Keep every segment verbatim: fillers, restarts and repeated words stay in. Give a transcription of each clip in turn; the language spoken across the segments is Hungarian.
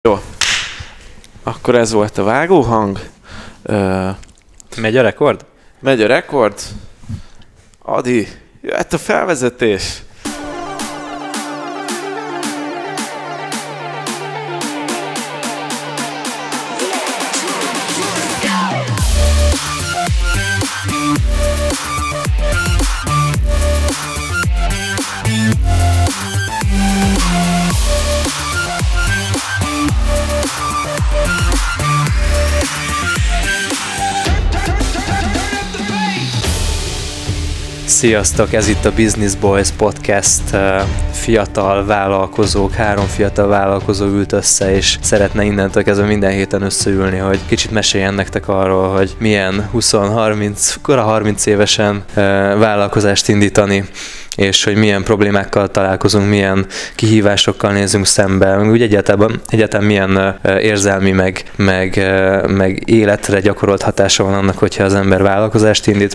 Jó. Akkor ez volt a vágóhang. Uh, megy a rekord? Megy a rekord. Adi, jöhet a felvezetés. Sziasztok, ez itt a Business Boys Podcast. Fiatal vállalkozók, három fiatal vállalkozó ült össze, és szeretne innentől kezdve minden héten összeülni, hogy kicsit meséljen nektek arról, hogy milyen húsz-harminc, kora harminc évesen vállalkozást indítani, és hogy milyen problémákkal találkozunk, milyen kihívásokkal nézünk szembe, úgy egyáltalán, egyáltalán milyen érzelmi, meg, meg, meg életre gyakorolt hatása van annak, hogyha az ember vállalkozást indít.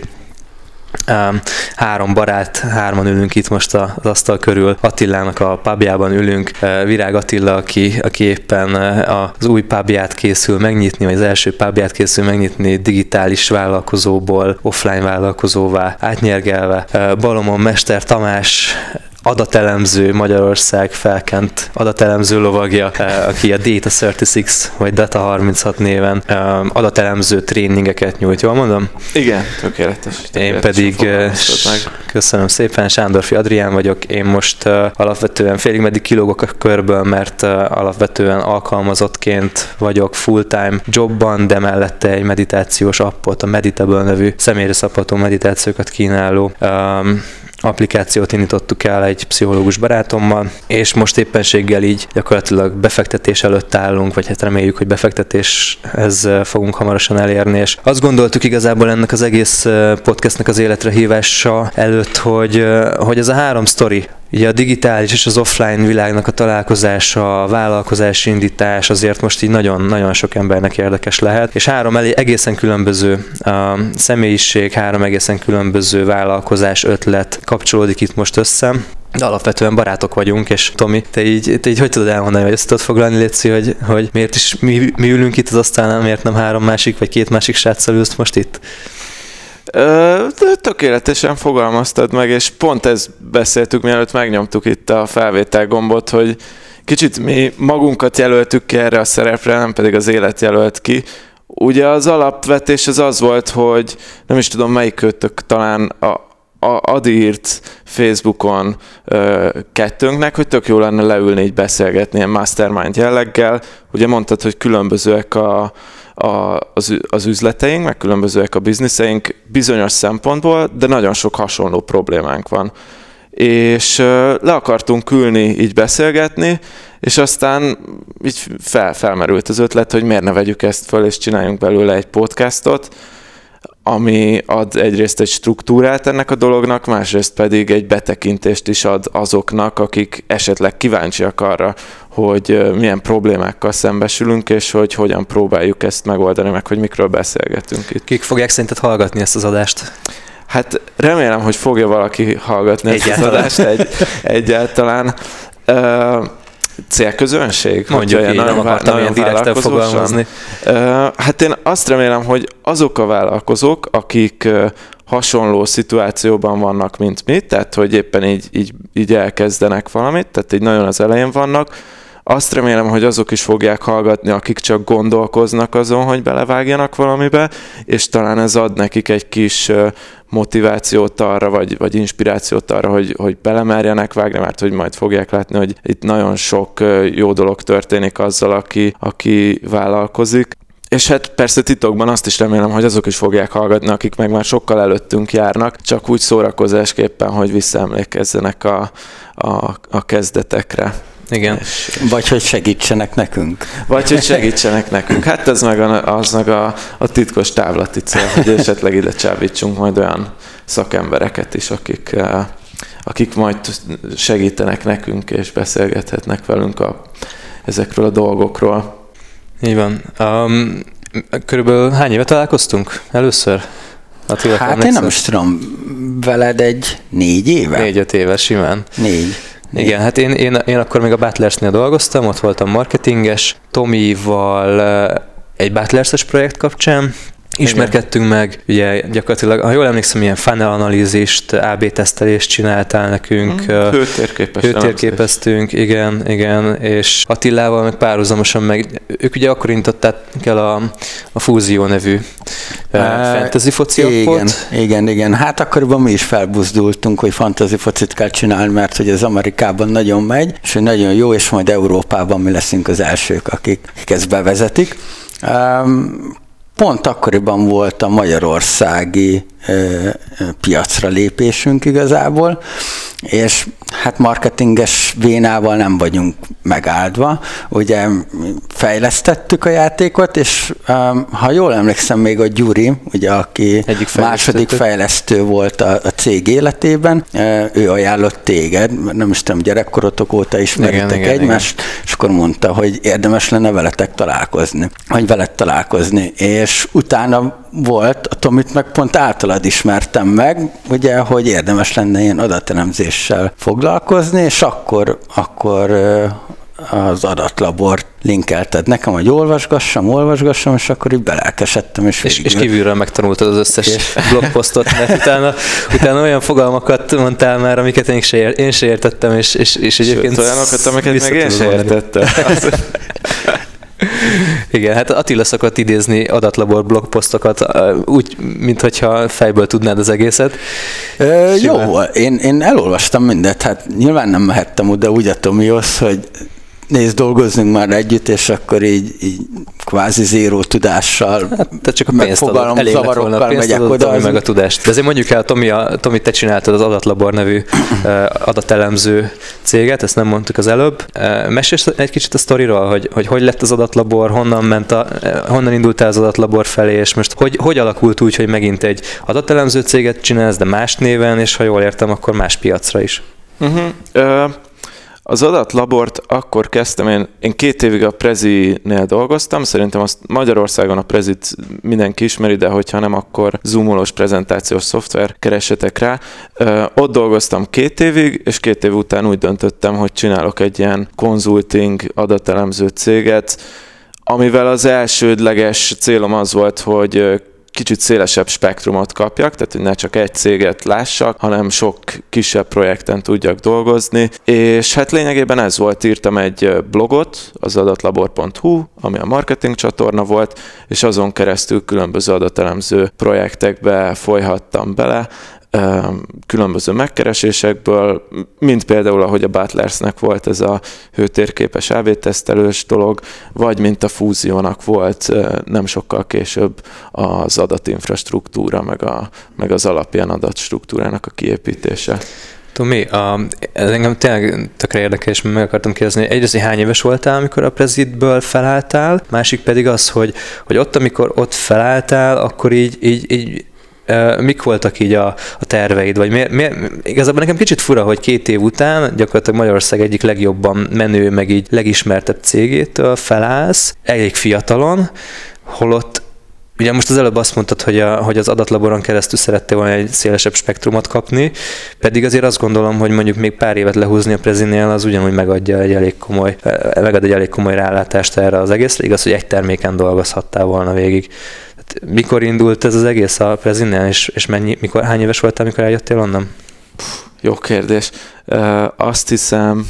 Um, három barát, hárman ülünk itt most az asztal körül. Attilának a pubjában ülünk. Uh, Virág Attila, aki, aki éppen uh, az új pubját készül megnyitni, vagy az első pubját készül megnyitni, digitális vállalkozóból offline vállalkozóvá átnyergelve. Uh, Balomon Mester Tamás, adatelemző, Magyarország felkent adatelemző lovagja, aki a Data harminchat vagy Data harminchat néven adatelemző tréningeket nyújt. Jól mondom? Igen, tökéletes. tökéletes én pedig, köszönöm szépen, Sándorfi Adrián vagyok. Én most uh, alapvetően félig meddig kilógok a körből, mert uh, alapvetően alkalmazottként vagyok full-time jobban, de mellette egy meditációs appot, a Meditable nevű személyre szabható meditációkat kínáló um, applikációt indítottuk el egy pszichológus barátommal, és most éppenséggel így gyakorlatilag befektetés előtt állunk, vagy hát reméljük, hogy befektetéshez fogunk hamarosan elérni, és azt gondoltuk igazából ennek az egész podcastnek az életre hívása előtt, hogy, hogy ez a három sztori, ugye a digitális és az offline világnak a találkozása, a vállalkozási indítás azért most így nagyon-nagyon sok embernek érdekes lehet, és három elég egészen különböző uh, személyiség, három egészen különböző vállalkozás ötlet kapcsolódik itt most össze. De alapvetően barátok vagyunk, és Tomi, te így, te így hogy tudod elmondani, vagy ezt tudod foglalni, Léci, hogy, hogy miért is mi, mi ülünk itt az asztalnál, miért nem három másik, vagy két másik sráccal ülsz most itt? Ö, tökéletesen fogalmaztad meg, és pont ezt beszéltük, mielőtt megnyomtuk itt a felvétel gombot, hogy kicsit mi magunkat jelöltük ki erre a szerepre, nem pedig az élet jelölt ki. Ugye az alapvetés az az volt, hogy nem is tudom melyik kötök, talán a, a Adi írt Facebookon ö, kettőnknek, hogy tök jó lenne leülni, így beszélgetni ilyen mastermind jelleggel. Ugye mondtad, hogy különbözőek a A, az, az üzleteink, meg különbözőek a bizniszeink bizonyos szempontból, de nagyon sok hasonló problémánk van. És uh, le akartunk ülni, így beszélgetni, és aztán így fel, felmerült az ötlet, hogy miért ne vegyük ezt föl, és csináljunk belőle egy podcastot, ami ad egyrészt egy struktúrát ennek a dolognak, másrészt pedig egy betekintést is ad azoknak, akik esetleg kíváncsiak arra, hogy milyen problémákkal szembesülünk, és hogy hogyan próbáljuk ezt megoldani, meg hogy mikről beszélgetünk itt. Kik fogják szerinted hallgatni ezt az adást? Hát remélem, hogy fogja valaki hallgatni ezt az adást egy, egyáltalán. Uh, Célközönség? Mondjuk így, nem akartam ilyen direkten fogalmazni. Uh, hát én azt remélem, hogy azok a vállalkozók, akik uh, hasonló szituációban vannak, mint mi, tehát hogy éppen így, így, így elkezdenek valamit, tehát így nagyon az elején vannak, azt remélem, hogy azok is fogják hallgatni, akik csak gondolkoznak azon, hogy belevágjanak valamibe, és talán ez ad nekik egy kis motivációt arra, vagy, vagy inspirációt arra, hogy, hogy belemerjenek vágni, mert hogy majd fogják látni, hogy itt nagyon sok jó dolog történik azzal, aki, aki vállalkozik. És hát persze titokban azt is remélem, hogy azok is fogják hallgatni, akik meg már sokkal előttünk járnak, csak úgy szórakozásképpen, hogy visszaemlékezzenek a, a, a kezdetekre. Igen. És vagy hogy segítsenek nekünk. Vagy hogy segítsenek nekünk. Hát ez meg a, az meg a, a titkos távlati cél, hogy esetleg ide csábítsunk majd olyan szakembereket is, akik, akik majd segítenek nekünk, és beszélgethetnek velünk a, ezekről a dolgokról. Így van. Um, körülbelül hány éve találkoztunk először? Attila, hát én nem is tudom, veled egy négy éve? Négy-öt éve simán. Négy. Igen, hát én, én, én akkor még a Butlersnél dolgoztam, ott voltam marketinges, Tomival egy Butlers-es projekt kapcsán ismerkedtünk igen. meg, ugye gyakorlatilag, ha jól emlékszem, ilyen funnel analízist, á bé tesztelést csináltál nekünk. Hmm, hőtérképeztünk, igen, igen, és Attilával meg párhuzamosan meg, ők ugye akkor indították el a, a Fúzió nevű uh, fantasy foci igen, appot. Igen, igen, hát akkoriban mi is felbuzdultunk, hogy fantasy focit kell csinálni, mert hogy ez Amerikában nagyon megy, és hogy nagyon jó, és majd Európában mi leszünk az elsők, akik, akik ezt bevezetik. Um, Pont akkoriban volt a magyarországi ö, piacra lépésünk igazából, és hát marketinges vénával nem vagyunk megáldva. Ugye fejlesztettük a játékot, és um, ha jól emlékszem, még a Gyuri, ugye, aki második fejlesztő volt a, a cég életében, ő ajánlott téged, nem is tudom, gyerekkorotok óta ismeritek igen, egymást, igen, igen. És akkor mondta, hogy érdemes lenne veletek találkozni, vagy veled találkozni, és utána volt, a Tomit meg pont általad ismertem meg, ugye, hogy érdemes lenne ilyen adatelemzéssel foglalkozni, és akkor, akkor az adatlabort linkelted nekem, hogy olvasgassam, olvasgassam, és akkor így belelkesedtem. És, és, és kívülről megtanultad az összes és... blogposztot, mert utána, utána olyan fogalmakat mondtál már, amiket én se, ér, én se értettem, és, és, és egyébként... Sőt, olyanokat, amiket meg én se értettem. Igen, hát Attila szokott idézni adatlabor blogposztokat, úgy, minthogyha fejből tudnád az egészet. Ö, jó, én, én elolvastam mindet, hát nyilván nem mehettem oda úgy a Tomihoz, hogy nézd, dolgozzunk már együtt, és akkor így, így kvázi zéró tudással, hát, te csak a megfogalom zavarokkal megyek oda. Az... meg a tudást. De azért mondjuk el, Tomi, a, Tomi, te csináltad az Adatlabor nevű uh, adatelemző céget, ezt nem mondtuk az előbb. Uh, Mesélj egy kicsit a sztoriról, hogy, hogy hogy lett az Adatlabor, honnan ment a, uh, honnan indultál az Adatlabor felé, és most hogy, hogy alakult úgy, hogy megint egy adatelemző céget csinálsz, de más néven, és ha jól értem, akkor más piacra is. Uh-huh. Uh... Az adatlabort akkor kezdtem, én, én két évig a Prezi-nél dolgoztam, szerintem azt Magyarországon a Prezit mindenki ismeri, de hogyha nem, akkor zoomolós prezentációs szoftver, keressetek rá. Ö, ott dolgoztam két évig, és két év után úgy döntöttem, hogy csinálok egy ilyen consulting adatelemző céget, amivel az elsődleges célom az volt, hogy kicsit szélesebb spektrumot kapjak, tehát hogy ne csak egy céget lássak, hanem sok kisebb projekten tudjak dolgozni, és hát lényegében ez volt, írtam egy blogot, az adatlabor pont hu, ami a marketing csatorna volt, és azon keresztül különböző adatelemző projektekbe folyhattam bele, különböző megkeresésekből, mint például, ahogy a Butlersnek volt ez a hőtérképes á bé tesztelős dolog, vagy mint a Fúziónak volt nem sokkal később az adatinfrastruktúra, meg, a, meg az alapján adatstruktúrának a kiépítése. Tomi, a, ez engem tényleg tökre érdekes, mert meg akartam kérdezni, egyrészt, hány éves voltál, amikor a Prezitből felálltál, másik pedig az, hogy, hogy ott, amikor ott felálltál, akkor így, így, így mik voltak így a, a terveid, vagy miért, miért, igazából nekem kicsit fura, hogy két év után gyakorlatilag Magyarország egyik legjobban menő, meg így legismertebb cégétől felállsz, elég fiatalon, holott ugye most az előbb azt mondtad, hogy, a, hogy az adatlaboron keresztül szerettél volna egy szélesebb spektrumot kapni, pedig azért azt gondolom, hogy mondjuk még pár évet lehúzni a Prezinél, az ugyanúgy megadja egy elég komoly, megad egy elég komoly rálátást erre az egészre, igaz, hogy egy terméken dolgozhattál volna végig. Tehát mikor indult ez az egész a Prezinél, és, és mennyi, mikor, hány éves voltál, amikor eljöttél onnan? Jó kérdés. Uh, azt hiszem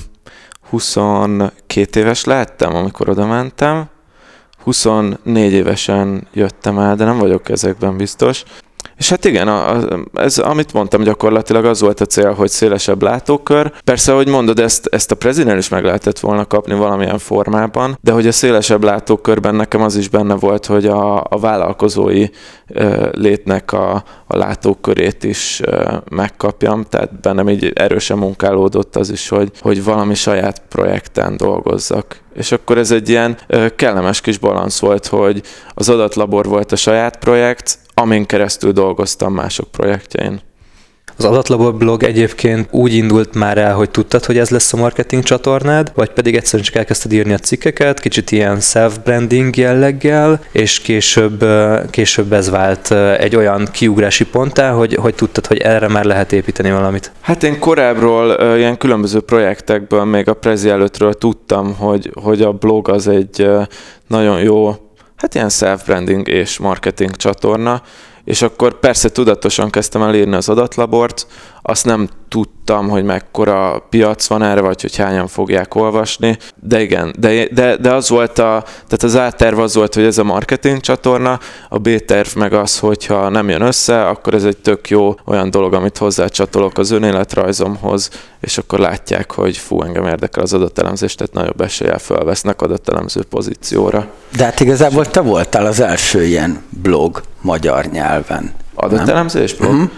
huszonkét éves lehettem, amikor oda mentem. huszonnégy évesen jöttem el, de nem vagyok ezekben biztos. És hát igen, a, ez, amit mondtam, gyakorlatilag az volt a cél, hogy szélesebb látókör. Persze, ahogy mondod, ezt, ezt a Prezinél is meg lehetett volna kapni valamilyen formában, de hogy a szélesebb látókörben nekem az is benne volt, hogy a, a vállalkozói uh, létnek a, a látókörét is uh, megkapjam, tehát bennem így erősen munkálódott az is, hogy, hogy valami saját projekten dolgozzak. És akkor ez egy ilyen uh, kellemes kis balansz volt, hogy az adatlabor volt a saját projekt, amin keresztül dolgoztam mások projektjein. Az Adatlabor blog egyébként úgy indult már el, hogy tudtad, hogy ez lesz a marketing csatornád, vagy pedig egyszerűen csak elkezdted írni a cikkeket, kicsit ilyen self-branding jelleggel, és később, később ez vált egy olyan kiugrási ponttá, hogy, hogy tudtad, hogy erre már lehet építeni valamit? Hát én korábbról uh, ilyen különböző projektekből, még a Prezi előttről tudtam, hogy, hogy a blog az egy uh, nagyon jó, hát ilyen self-branding és marketing csatorna, és akkor persze tudatosan kezdtem el írni az Adatlabort, azt nem tudtam, hogy mekkora piac van erre, vagy hogy hányan fogják olvasni, de igen, de, de, de az volt a, tehát az A terv az volt, hogy ez a marketing csatorna, a B terv meg az, hogyha nem jön össze, akkor ez egy tök jó olyan dolog, amit hozzácsatolok az önéletrajzomhoz, és akkor látják, hogy fú, engem érdekel az adatelemzés, tehát nagyobb eséllyel felvesznek adatelemző pozícióra. De hát igazából te voltál az első ilyen blog magyar nyelven. Adatelemzés blog? Uh-huh.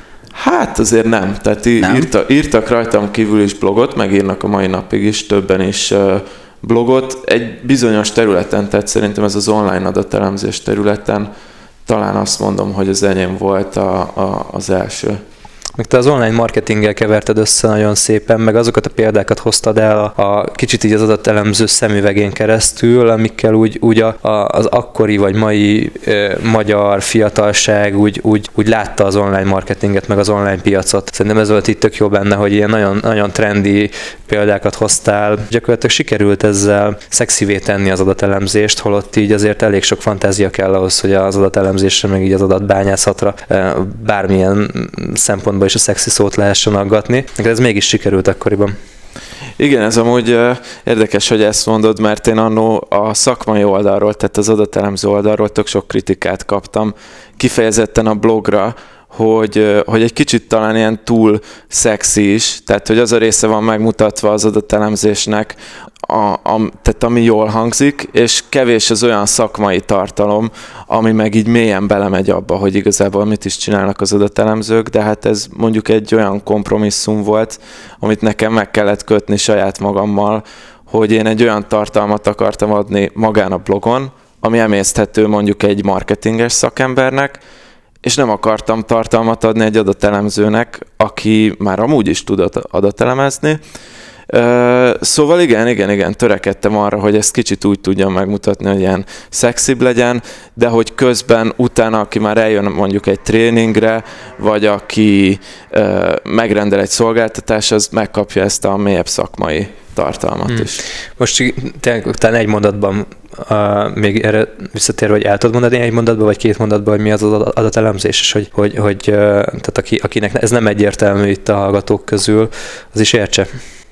Hát azért nem. Tehát nem? Írta, írtak rajtam kívül is blogot, megírnak a mai napig is, többen is uh, blogot. Egy bizonyos területen, tehát szerintem ez az online adatelemzés területen, talán azt mondom, hogy az enyém volt a, a, az első. Meg te az online marketinggel keverted össze nagyon szépen, meg azokat a példákat hoztad el a, a kicsit így az adatelemző szemüvegén keresztül, amikkel úgy, úgy a, a, az akkori vagy mai e, magyar fiatalság úgy, úgy, úgy látta az online marketinget, meg az online piacot. Szerintem ez volt itt tök jó benne, hogy ilyen nagyon, nagyon trendi példákat hoztál. Gyakorlatilag sikerült ezzel szexivé tenni az adatelemzést, holott így azért elég sok fantázia kell ahhoz, hogy az adatelemzésre, meg így az adatbányászatra e, bármilyen szempontból és a szexi szót lehessen aggatni. Ez mégis sikerült akkoriban. Igen, ez amúgy uh, érdekes, hogy ezt mondod, mert én annó a szakmai oldalról, tehát az adatelemző oldalról tök sok kritikát kaptam, kifejezetten a blogra, hogy, uh, hogy egy kicsit talán ilyen túl szexi is, tehát hogy az a része van megmutatva az adatelemzésnek, a, a, tehát ami jól hangzik, és kevés az olyan szakmai tartalom, ami meg így mélyen belemegy abba, hogy igazából mit is csinálnak az adatelemzők, de hát ez mondjuk egy olyan kompromisszum volt, amit nekem meg kellett kötni saját magammal, hogy én egy olyan tartalmat akartam adni magán a blogon, ami emészthető mondjuk egy marketinges szakembernek, és nem akartam tartalmat adni egy adatelemzőnek, aki már amúgy is tud adatelemezni. Uh, szóval igen, igen, igen, törekedtem arra, hogy ezt kicsit úgy tudjam megmutatni, hogy ilyen szexibb legyen, de hogy közben utána, aki már eljön mondjuk egy tréningre, vagy aki uh, megrendel egy szolgáltatás, az megkapja ezt a mélyebb szakmai tartalmat hmm. is. Most tényleg utána egy mondatban uh, még erre visszatérve, hogy el tudod mondani egy mondatban, vagy két mondatban, hogy mi az az adatelemzés, és hogy, hogy, hogy uh, tehát aki, akinek ez nem egyértelmű itt a hallgatók közül, az is értse.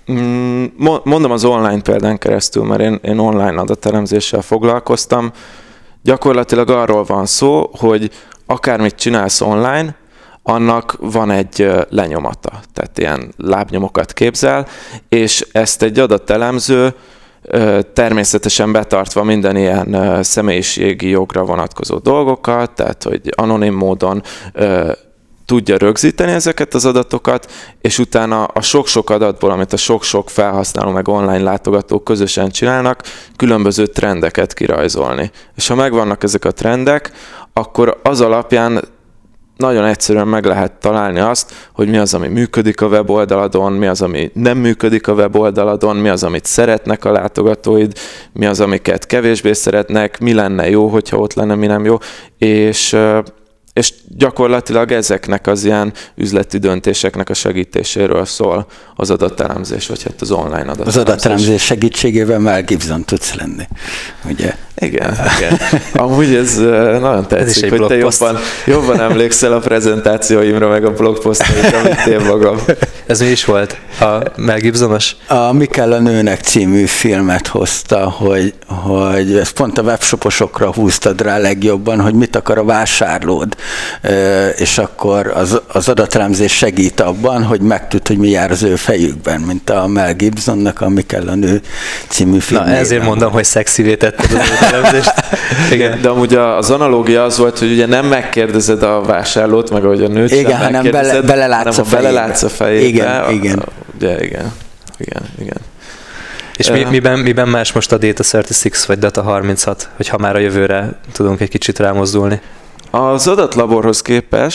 Mondom az online példán keresztül, mert én, én online adatelemzéssel foglalkoztam. Gyakorlatilag arról van szó, hogy akármit csinálsz online, annak van egy lenyomata, tehát ilyen lábnyomokat képzel, és ezt egy adatelemző természetesen betartva minden ilyen személyiségi jogra vonatkozó dolgokat, tehát hogy anonim módon tudja rögzíteni ezeket az adatokat, és utána a sok-sok adatból, amit a sok-sok felhasználó meg online látogatók közösen csinálnak, különböző trendeket kirajzolni. És ha megvannak ezek a trendek, akkor az alapján nagyon egyszerűen meg lehet találni azt, hogy mi az, ami működik a weboldaladon, mi az, ami nem működik a weboldaladon, mi az, amit szeretnek a látogatóid, mi az, amiket kevésbé szeretnek, mi lenne jó, hogyha ott lenne, mi nem jó, és és gyakorlatilag ezeknek az ilyen üzleti döntéseknek a segítéséről szól az adatelemzés, vagy hát az online adatelemzés. Az adatelemzés segítségével Mel Gibson tudsz lenni, ugye? Igen, igen. Amúgy ez nagyon tetszik, ez hogy te jobban, jobban emlékszel a prezentációimra, meg a blogposztaimra, mint én magam. Ez mi is volt? A Mel Gibsonos? A Mi kell a nőnek című filmet hozta, hogy, hogy ezt pont a webshoposokra húztad rá legjobban, hogy mit akar a vásárlód, és akkor az, az adatelemzés segít abban, hogy megtud, hogy mi jár az ő fejükben, mint a Mel Gibsonnak a Mi kell a nő című filmében. Na ezért mondom, hogy szexivé tetted az adatelemzést. Igen, de amúgy az analógia az volt, hogy ugye nem megkérdezed a vásárlót, meg ahogy a nőt igen, sem hanem bele, belelátsz, hanem a fejébe. belelátsz a fejébe. Igen, igen. Ugye, igen, igen, igen. És mi, miben, miben más most a Data harminchat vagy Data harminchat, hogyha már a jövőre tudunk egy kicsit rámozdulni? Az adatlabborhoz képest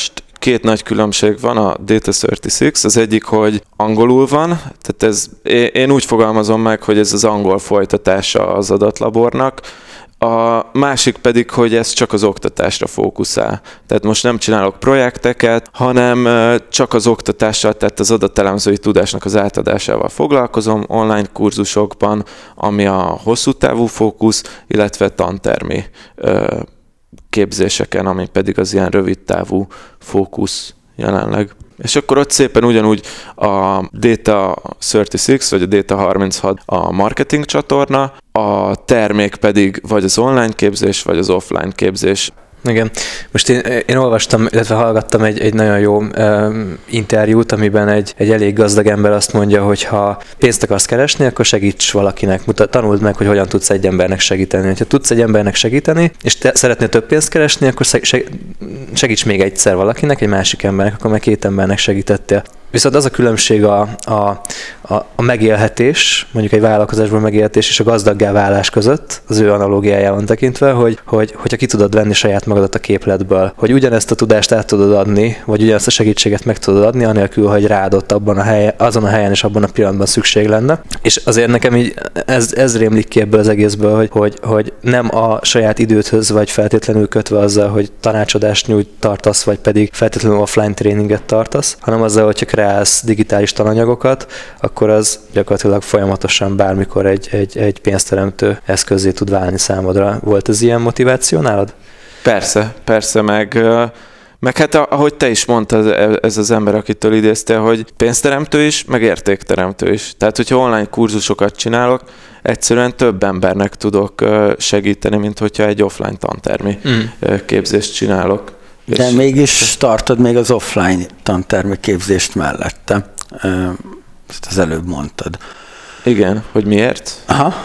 két nagy különbség van a Data harminchat, az egyik, hogy angolul van, tehát ez, én úgy fogalmazom meg, hogy ez az angol folytatása az adatlabornak, a másik pedig, hogy ez csak az oktatásra fókuszál. Tehát most nem csinálok projekteket, hanem csak az oktatással, tehát az adatelemzői tudásnak az átadásával foglalkozom online kurzusokban, ami a hosszú távú fókusz, illetve tantermi képzéseken, ami pedig az ilyen rövid távú fókusz jelenleg. És akkor ott szépen ugyanúgy a Data harminchat, vagy a Data harminchat a marketing csatorna, a termék pedig vagy az online képzés, vagy az offline képzés. Igen. Most én, én olvastam, illetve hallgattam egy, egy nagyon jó um, interjút, amiben egy, egy elég gazdag ember azt mondja, hogy ha pénzt akarsz keresni, akkor segíts valakinek, mutat, tanuld meg, hogy hogyan tudsz egy embernek segíteni. Ha tudsz egy embernek segíteni, és te szeretnél több pénzt keresni, akkor segíts még egyszer valakinek, egy másik embernek, akkor meg két embernek segítettél. Viszont az a különbség a, a, a, a megélhetés, mondjuk egy vállalkozásban megélhetés és a gazdaggá válás között, az ő analógiájában tekintve, hogy, hogy, hogyha ki tudod venni saját magadat a képletből, hogy ugyanezt a tudást át tudod adni, vagy ugyanezt a segítséget meg tudod adni, anélkül, hogy rád ott abban a helyen, azon a helyen és abban a pillanatban szükség lenne. És azért nekem így ez, ez rémlik ki ebből az egészből, hogy, hogy, hogy nem a saját idődhöz vagy feltétlenül kötve azzal, hogy tanácsadást nyújt tartasz, vagy pedig feltétlenül offline tréninget tartasz, hanem azzal, hogyha kreálsz digitális tananyagokat, akkor az gyakorlatilag folyamatosan bármikor egy, egy, egy pénzteremtő eszközzé tud válni számodra. Volt ez ilyen motiváció nálad? Persze, persze, meg, meg hát ahogy te is mondtad, ez az ember, akitől idéztél, hogy pénzteremtő is, meg értékteremtő is. Tehát, hogyha online kurzusokat csinálok, egyszerűen több embernek tudok segíteni, mint hogyha egy offline tantermi mm. képzést csinálok. De és mégis tartod még az offline tantermi képzést mellette. Ezt az előbb mondtad. Igen, hogy miért? Aha.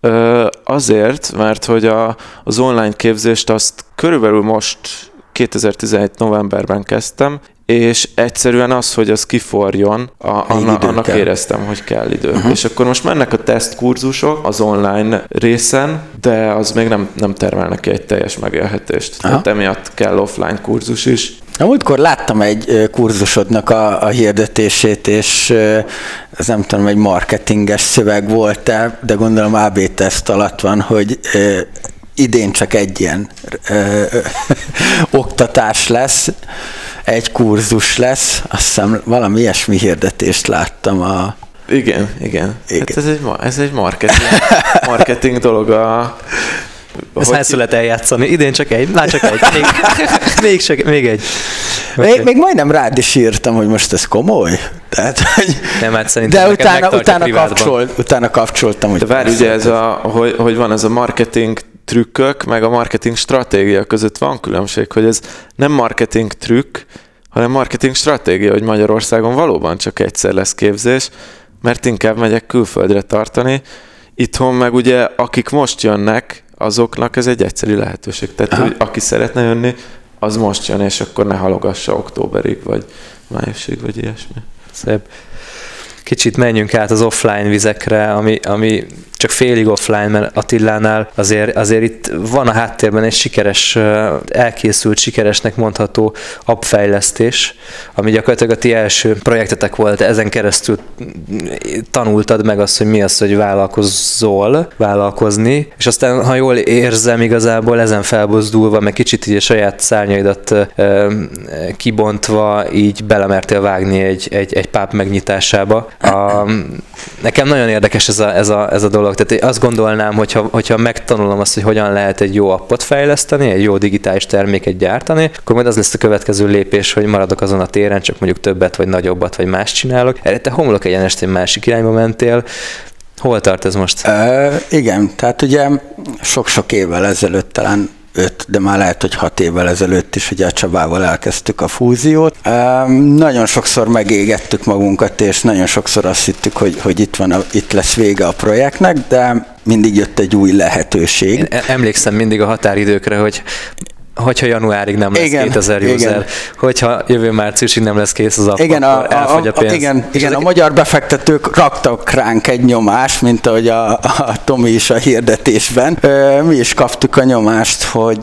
Azért, mert hogy a, az online képzést azt körülbelül most kétezer-tizenhét novemberben kezdtem, és egyszerűen az, hogy az kiforjon, a, anna, annak kell. Éreztem, hogy kell idő. Uh-huh. És akkor most mennek a tesztkurzusok az online részen, de az még nem, nem termelnek ki egy teljes megélhetést. Uh-huh. Tehát emiatt kell offline kurzus is. Na, múltkor láttam egy kurzusodnak a, a hirdetését, és ez nem tudom, egy marketinges szöveg volt-e, de gondolom á bé teszt alatt van, hogy idén csak egy ilyen ö, ö, oktatás lesz, egy kurzus lesz, azt hiszem valami ilyesmi hirdetést láttam a... Igen, igen. igen. Hát ez egy, ez egy marketing, marketing dolog a... Ezt hányszor lehet eljátszani? Idén csak egy, már csak egy. Még, még, csak, még egy. Okay. Még, még majdnem rád is írtam, hogy most ez komoly. Tehát, hogy nem, hát szerintem de utána, utána, kapcsolt, utána kapcsoltam. Hogy de várj, ugye ez a, hogy, hogy van ez a marketing trükkök, meg a marketing stratégia között van különbség, hogy ez nem marketing trükk, hanem marketing stratégia, hogy Magyarországon valóban csak egyszer lesz képzés, mert inkább megyek külföldre tartani. Itthon meg ugye, akik most jönnek, azoknak ez egy egyszerű lehetőség. Tehát, hogy aki szeretne jönni, az most jön, és akkor ne halogassa októberig, vagy májusig, vagy ilyesmi. Szép. Kicsit menjünk át az offline vizekre, ami, ami csak félig offline, mert Attilánál azért, azért itt van a háttérben egy sikeres, elkészült, sikeresnek mondható appfejlesztés, ami gyakorlatilag a ti első projektetek volt, ezen keresztül tanultad meg azt, hogy mi az, hogy vállalkozol, vállalkozni, és aztán, ha jól érzem, igazából ezen felbozdulva, meg kicsit így a saját szárnyaidat kibontva, így belemertél vágni egy, egy, egy pub megnyitásába. A, nekem nagyon érdekes ez a, ez a, ez a dolog. Tehát én azt gondolnám, hogyha, hogyha megtanulom azt, hogy hogyan lehet egy jó appot fejleszteni, egy jó digitális terméket gyártani, akkor majd az lesz a következő lépés, hogy maradok azon a téren, csak mondjuk többet, vagy nagyobbat, vagy más csinálok. Erre te homlok egyenest egy másik irányba mentél. Hol tart ez most? Uh, igen, tehát ugye sok-sok évvel ezelőtt, talán öt, de már lehet, hogy hat évvel ezelőtt is, ugye a Csabával elkezdtük a fúziót. Um, nagyon sokszor megégettük magunkat, és nagyon sokszor azt hittük, hogy, hogy itt, van a, itt lesz vége a projektnek, de mindig jött egy új lehetőség. Én emlékszem mindig a határidőkre, hogy hogyha januárig nem lesz igen, kétezer user, igen. Hogyha jövő márciusig nem lesz kész az app, igen, akkor a, elfogy a pénz. Igen, igen a magyar befektetők raktak ránk egy nyomást, mint ahogy a, a Tomi is a hirdetésben. Mi is kaptuk a nyomást, hogy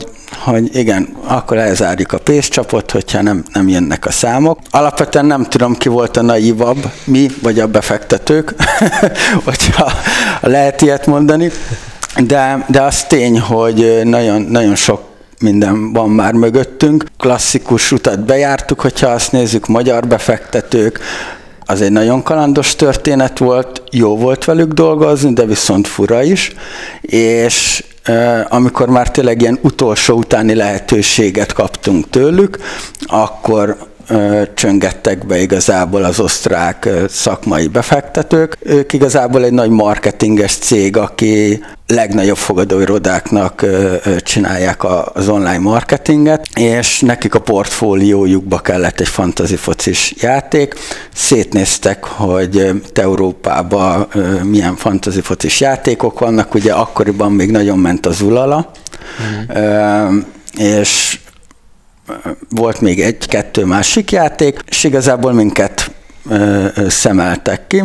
hogy igen, akkor elzárjuk a pénzcsapot, hogyha nem, nem jönnek a számok. Alapvetően nem tudom, ki volt a naívabb, mi vagy a befektetők, hogyha lehet ilyet mondani, de, de az tény, hogy nagyon, nagyon sok minden van már mögöttünk. Klasszikus utat bejártuk, hogyha azt nézzük, magyar befektetők, az egy nagyon kalandos történet volt, jó volt velük dolgozni, de viszont fura is, és amikor már tényleg ilyen utolsó utáni lehetőséget kaptunk tőlük, akkor csöngettek be igazából az osztrák szakmai befektetők. Ők igazából egy nagy marketinges cég, aki legnagyobb fogadóirodáknak csinálják az online marketinget, és nekik a portfóliójukba kellett egy fantasy focis játék. Szétnéztek, hogy Európában milyen fantasy focis játékok vannak, ugye akkoriban még nagyon ment az Ulala, mm. és volt még egy-kettő másik játék, és igazából minket ö, ö, szemeltek ki,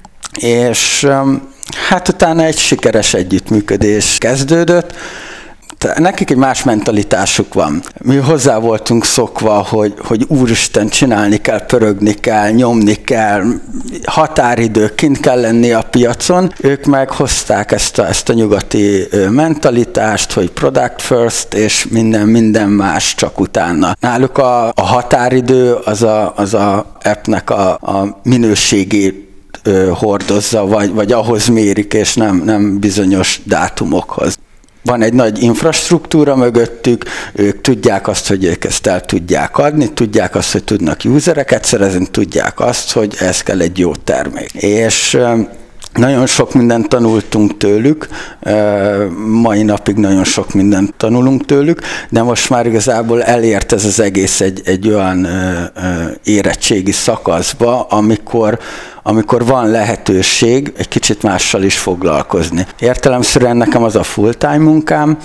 és ö, hát utána egy sikeres együttműködés kezdődött. Nekik egy más mentalitásuk van. Mi hozzá voltunk szokva, hogy, hogy úristen, csinálni kell, pörögni kell, nyomni kell, határidő, kint kell lenni a piacon. Ők meg hozták ezt a, ezt a nyugati mentalitást, hogy product first, és minden, minden más csak utána. Náluk a, a határidő az a, az a appnek a, a minőségét hordozza, vagy, vagy ahhoz mérik, és nem, nem bizonyos dátumokhoz. Van egy nagy infrastruktúra mögöttük, ők tudják azt, hogy ők ezt el tudják adni, tudják azt, hogy tudnak usereket szerezni, tudják azt, hogy ez kell egy jó termék. És nagyon sok mindent tanultunk tőlük, mai napig nagyon sok mindent tanulunk tőlük, de most már igazából elért ez az egész egy, egy olyan érettségi szakaszba, amikor amikor van lehetőség egy kicsit mással is foglalkozni. Értelemszerűen nekem az a full-time munkám,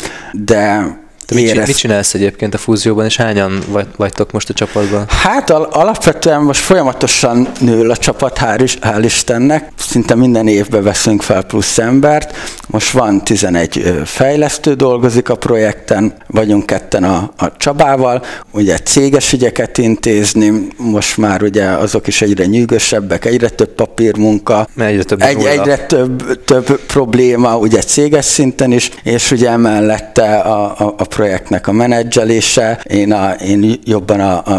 de Te mit, érez... mit csinálsz egyébként a fúzióban, és hányan vagy, vagytok most a csapatban? Hát al- alapvetően most folyamatosan nő a csapat, hál' is, hál' Istennek. Szinte minden évben veszünk fel plusz embert. Most van tizenegy fejlesztő dolgozik a projekten, vagyunk ketten a, a Csabával, ugye céges ügyeket intézni, most már ugye azok is egyre nyűgösebbek, egyre több papírmunka, egyre több, egy, egyre több, több probléma, ugye céges szinten is, és ugye emellette a, a, a projektnek a menedzselése, én, a, én jobban a, a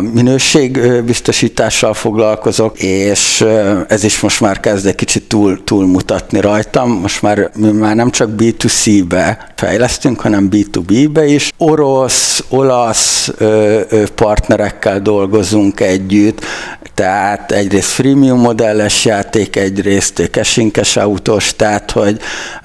minőségbiztosítással foglalkozok, és ez is most már kezd egy kicsit túl, túlmutatni rajtam. Most már mi már nem csak bé kettő cé-be fejlesztünk, hanem bé kettő bé-be is. Orosz, olasz ö, ö, partnerekkel dolgozunk együtt, tehát egyrészt freemium modelles játék, egyrészt caching-cash autós, tehát hogy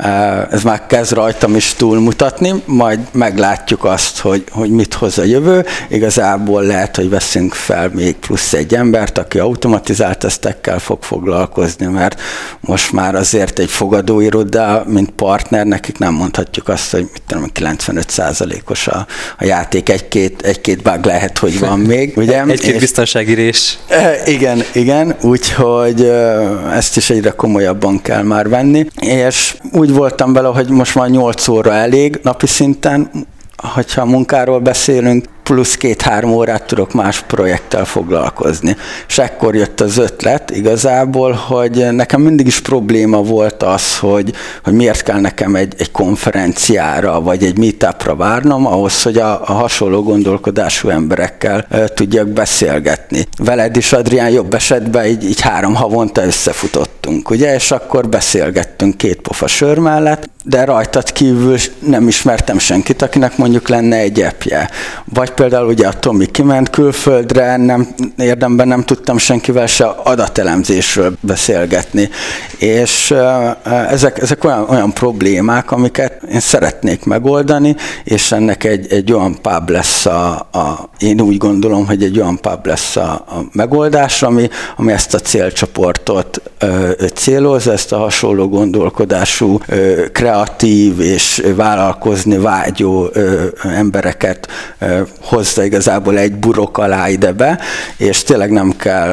ez már kezd rajtam is túlmutatni, majd meglátjuk azt, hogy, hogy mit hoz a jövő. Igazából lehet, hogy veszünk fel még plusz egy embert, aki automatizált tesztekkel fog foglalkozni, mert most már azért egy fogadóiroda, mint partner, nekik nem mondhatjuk azt, hogy mit tudom, kilencvenöt százalékos a, a játék, egy-két, egy-két bug lehet, hogy van még. Ugye? Egy-két és, biztonsági rés. Igen, igen, úgyhogy ezt is egyre komolyabban kell már venni, és úgy voltam vele, hogy most már nyolc óra elég napi szinten, hogyha munkáról beszélünk, plusz két-három órát tudok más projekttel foglalkozni. És ekkor jött az ötlet igazából, hogy nekem mindig is probléma volt az, hogy, hogy miért kell nekem egy, egy konferenciára, vagy egy meetupra várnom, ahhoz, hogy a, a hasonló gondolkodású emberekkel e, tudjak beszélgetni. Veled is, Adrián, jobb esetben így, így három havonta összefutottunk, ugye, és akkor beszélgettünk két pofa sör mellett, de rajtad kívül nem ismertem senkit, akinek mondjuk lenne egy appje. Vagy például ugye a Tomi kiment külföldre, nem, érdemben nem tudtam senkivel se adatelemzésről beszélgetni. És uh, ezek, ezek olyan, olyan problémák, amiket én szeretnék megoldani, és ennek egy, egy olyan pub lesz a, a, én úgy gondolom, hogy egy olyan pub lesz a, a megoldás, ami, ami ezt a célcsoportot uh, céloz, ezt a hasonló gondolkodású, uh, kreatív és vállalkozni vágyó uh, embereket uh, hozza igazából egy burok alá ide be, és tényleg nem kell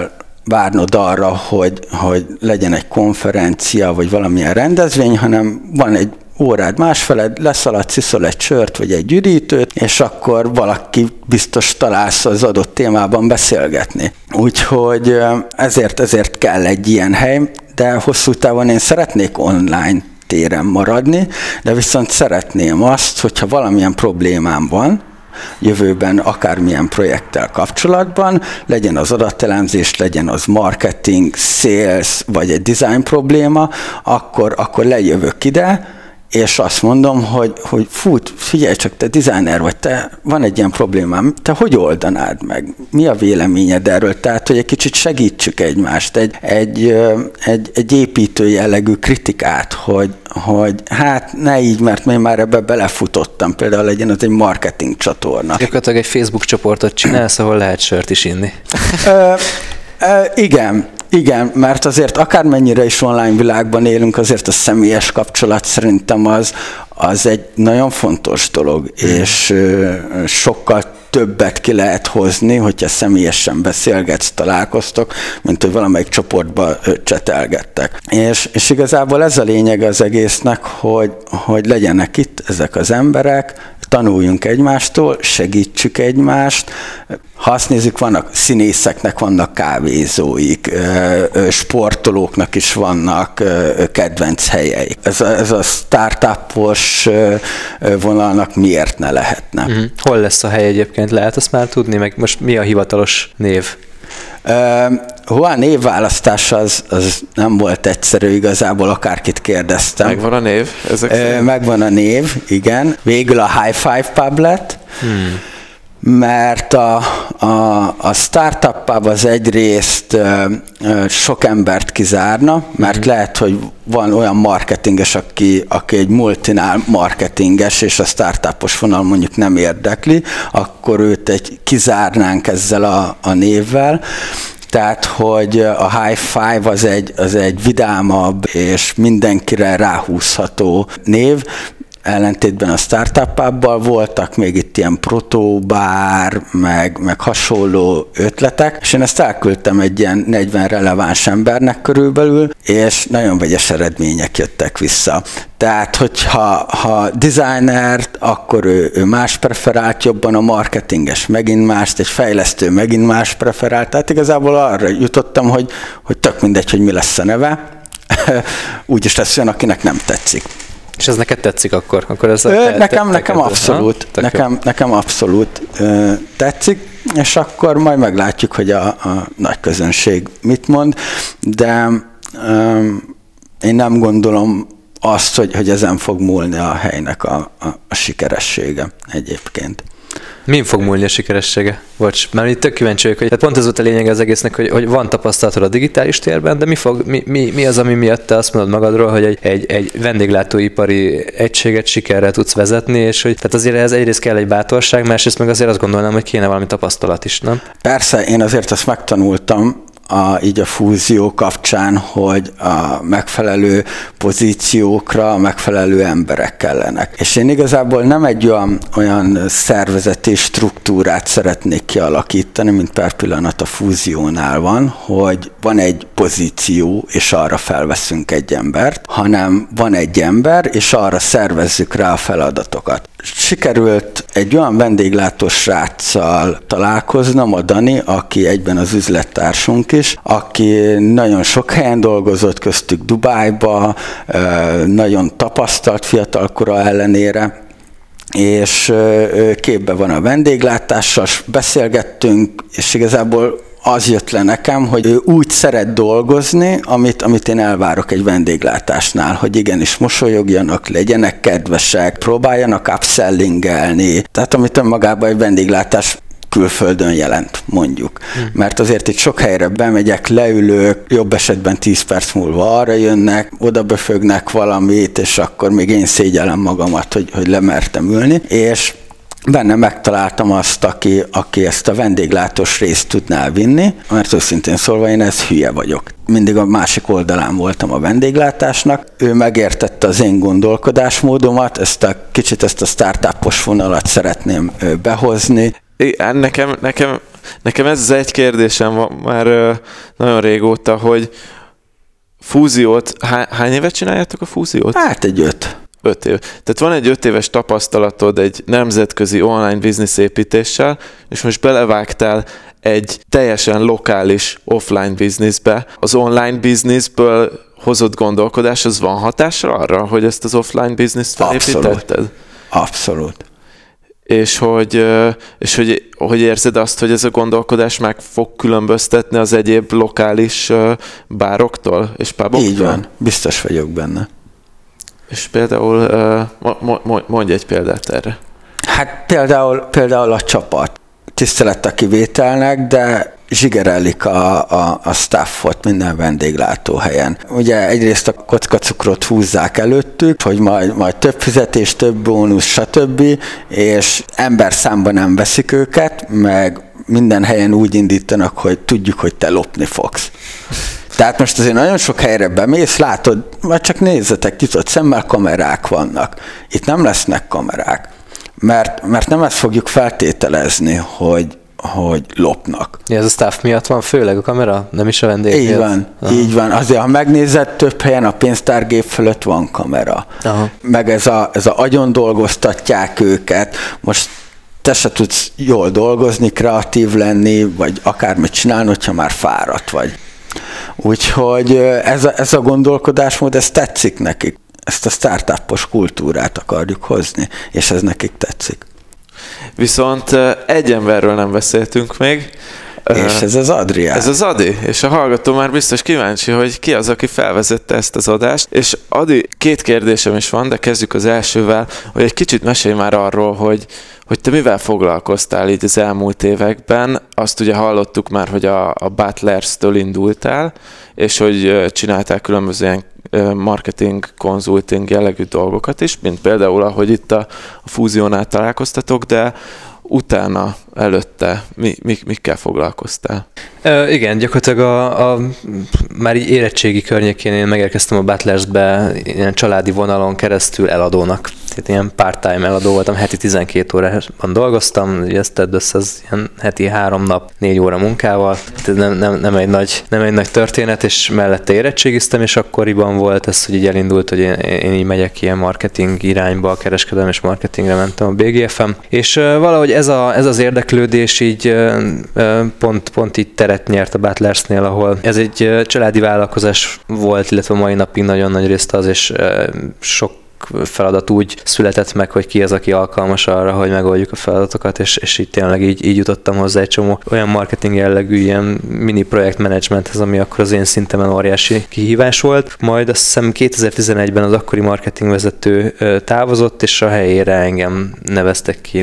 várnod arra, hogy, hogy legyen egy konferencia, vagy valamilyen rendezvény, hanem van egy órád másfeled, leszaladsz, iszol egy sört, vagy egy üdítőt, és akkor valaki biztos találsz az adott témában beszélgetni. Úgyhogy ezért, ezért kell egy ilyen hely, de hosszú távon én szeretnék online téren maradni, de viszont szeretném azt, hogyha valamilyen problémám van, jövőben akármilyen projekttel kapcsolatban, legyen az adatelemzés, legyen az marketing, sales, vagy egy design probléma, akkor, akkor lejövök ide, és azt mondom, hogy, hogy fú, figyelj csak, te designer vagy, te van egy ilyen problémám, te hogy oldanád meg? Mi a véleményed erről? Tehát, hogy egy kicsit segítsük egymást, egy, egy, egy, egy építő jellegű kritikát, hogy, hogy hát ne így, mert én már ebbe belefutottam, például legyen az egy marketing csatorna. Gyakorlatilag egy Facebook csoportot csinálsz, ahol lehet sört is inni. Ö, ö, igen. Igen, mert azért akármennyire is online világban élünk, azért a személyes kapcsolat szerintem az, az egy nagyon fontos dolog, mm. és ö, sokkal többet ki lehet hozni, hogyha személyesen beszélgetsz, találkoztok, mint hogy valamelyik csoportban csetelgettek. És, és igazából ez a lényeg az egésznek, hogy, hogy legyenek itt ezek az emberek, tanuljunk egymástól, segítsük egymást. Ha azt nézzük, vannak színészeknek, vannak kávézóik, sportolóknak is vannak kedvenc helyeik. Ez a, ez a startupos vonalnak miért ne lehetne? Mm. Hol lesz a hely egyébként? Lehet azt már tudni? Meg most mi a hivatalos név? Uh, a névválasztás az, az nem volt egyszerű, igazából akárkit kérdeztem. Megvan a név? Ezek uh, megvan a név, igen. Végül a High Five Pub lett, hmm. mert a, a, a startup pub az egyrészt uh, uh, sok embert kizárna, mert hmm. lehet, hogy van olyan marketinges, aki, aki egy multinál marketinges, és a startupos vonal mondjuk nem érdekli, akkor őt egy kizárnánk ezzel a, a névvel. Tehát, hogy a High Five az egy, az egy vidámabb és mindenkire ráhúzható név, ellentétben a startup pubbal voltak még itt ilyen protobár, meg, meg hasonló ötletek, és én ezt elküldtem egy ilyen negyven releváns embernek körülbelül, és nagyon vegyes eredmények jöttek vissza. Tehát, hogyha ha designert, akkor ő, ő más preferált jobban, a marketinges megint mást, egy fejlesztő megint más preferált, tehát igazából arra jutottam, hogy, hogy tök mindegy, hogy mi lesz a neve, úgyis lesz olyan, akinek nem tetszik. És ez neked tetszik akkor? akkor ez Ö, te, nekem, te, nekem abszolút, ha? nekem, nekem abszolút ö, tetszik, és akkor majd meglátjuk, hogy a, a nagy közönség mit mond, de ö, én nem gondolom azt, hogy, hogy ezen fog múlni a helynek a, a, a sikeressége egyébként. Min fog múlni a sikeressége? Bocs, mert itt tök kíváncsi vagyok, hogy pont ez volt a lényeg az egésznek, hogy, hogy van tapasztalatod a digitális térben, de mi, fog, mi, mi, mi az, ami miatt te azt mondod magadról, hogy egy, egy, egy vendéglátóipari egységet sikerrel tudsz vezetni, és hogy tehát azért ez egyrészt kell egy bátorság, másrészt meg azért azt gondolnám, hogy kéne valami tapasztalat is, nem? Persze, én azért azt megtanultam, A, így a fúzió kapcsán, hogy a megfelelő pozíciókra a megfelelő emberek kellenek. És én igazából nem egy olyan, olyan szervezeti struktúrát szeretnék kialakítani, mint per pillanat a fúziónál van, hogy van egy pozíció, és arra felveszünk egy embert, hanem van egy ember, és arra szervezzük rá a feladatokat. Sikerült egy olyan vendéglátó sráccal találkoznom, a Dani, aki egyben az üzlettársunk is, aki nagyon sok helyen dolgozott, köztük Dubájba, nagyon tapasztalt fiatalkora ellenére, és képbe van a vendéglátással, beszélgettünk, és igazából az jött le nekem, hogy ő úgy szeret dolgozni, amit, amit én elvárok egy vendéglátásnál, hogy igenis mosolyogjanak, legyenek kedvesek, próbáljanak upsellingelni. Tehát amit önmagában egy vendéglátás külföldön jelent, mondjuk. Hmm. Mert azért itt sok helyre bemegyek, leülök, jobb esetben tíz perc múlva arra jönnek, oda böfögnek valamit, és akkor még én szégyellem magamat, hogy, hogy lemertem ülni, és benne megtaláltam azt, aki, aki ezt a vendéglátós részt tudná vinni, mert őszintén szólva én ez hülye vagyok. Mindig a másik oldalán voltam a vendéglátásnak, ő megértette az én gondolkodásmódomat, ezt a kicsit ezt a startupos vonalat szeretném behozni. Igen, nekem, nekem Nekem ez az egy kérdésem van már nagyon régóta, hogy fúziót, há, hány évet csináljátok a fúziót? Hát egy öt. Öt év. Tehát van egy öt éves tapasztalatod egy nemzetközi online biznisz építéssel, és most belevágtál egy teljesen lokális offline bizniszbe. Az online bizniszből hozott gondolkodás, az van hatással arra, hogy ezt az offline bizniszt felépítetted? Abszolút. Abszolút. És hogy, és hogy, hogy érzed azt, hogy ez a gondolkodás meg fog különböztetni az egyéb lokális bároktól és puboktól? Így van, biztos vagyok benne. És például, mondj egy példát erre. Hát például, például a csapat. Tisztelet a kivételnek, de zsigerellik a, a, a staffot minden vendéglátóhelyen. Ugye egyrészt a kockacukrot húzzák előttük, hogy majd, majd több fizetés, több bónusz, stb. És ember számban nem veszik őket, meg minden helyen úgy indítanak, hogy tudjuk, hogy te lopni fogsz. Tehát most azért nagyon sok helyre bemész, látod, vagy csak nézzetek, nyitott szemmel kamerák vannak. Itt nem lesznek kamerák, mert, mert nem ezt fogjuk feltételezni, hogy hogy lopnak. Ja, ez a staff miatt van, főleg a kamera, nem is a vendég Így miatt? van, Aha. így van. Azért, ha megnézed, több helyen a pénztárgép fölött van kamera. Aha. Meg ez a, ez a agyon dolgoztatják őket. Most te se tudsz jól dolgozni, kreatív lenni, vagy akármit csinálni, hogyha már fáradt vagy. Úgyhogy ez a, ez a gondolkodásmód, ez tetszik nekik. Ezt a startupos kultúrát akarjuk hozni, és ez nekik tetszik. Viszont egy emberről nem beszéltünk még. És ez az Adrián. Ez az Adi, és a hallgató már biztos kíváncsi, hogy ki az, aki felvezette ezt az adást. És Adi, két kérdésem is van, de kezdjük az elsővel, hogy egy kicsit mesélj már arról, hogy, hogy te mivel foglalkoztál így az elmúlt években. Azt ugye hallottuk már, hogy a, a Butlers-től indultál, és hogy csináltál különböző ilyen marketing, consulting jellegű dolgokat is, mint például, ahogy itt a, a fúziónál találkoztatok, de utána, előtte mi, mi, mikkel foglalkoztál? Ö, igen, gyakorlatilag a, a, már így érettségi környékén én megérkeztem a Butlersbe ilyen családi vonalon keresztül eladónak. Tehát ilyen part-time eladó voltam, heti tizenkét órában dolgoztam, ugye ezt tedd össze, az ilyen heti három nap, négy óra munkával. Tehát nem, nem, nem, egy nagy, nem egy nagy történet, és mellette érettségiztem, és akkoriban volt ez, hogy így elindult, hogy én, én így megyek ilyen marketing irányba, a kereskedelem és marketingre mentem a bé gé ef em. És uh, valahogy ez, a, ez az érdeklődés így uh, pont, pont így teret nyert a Butlersnél, ahol ez egy uh, családi vállalkozás volt, illetve mai napig nagyon nagy részt az, és uh, sok feladat úgy született meg, hogy ki az, aki alkalmas arra, hogy megoldjuk a feladatokat, és, és így tényleg így, így jutottam hozzá egy csomó olyan marketing jellegű ilyen mini projektmenedzsmenthez, ami akkor az én szintemen óriási kihívás volt. Majd azt hiszem kétezer-tizenegyben az akkori marketingvezető távozott, és a helyére engem neveztek ki,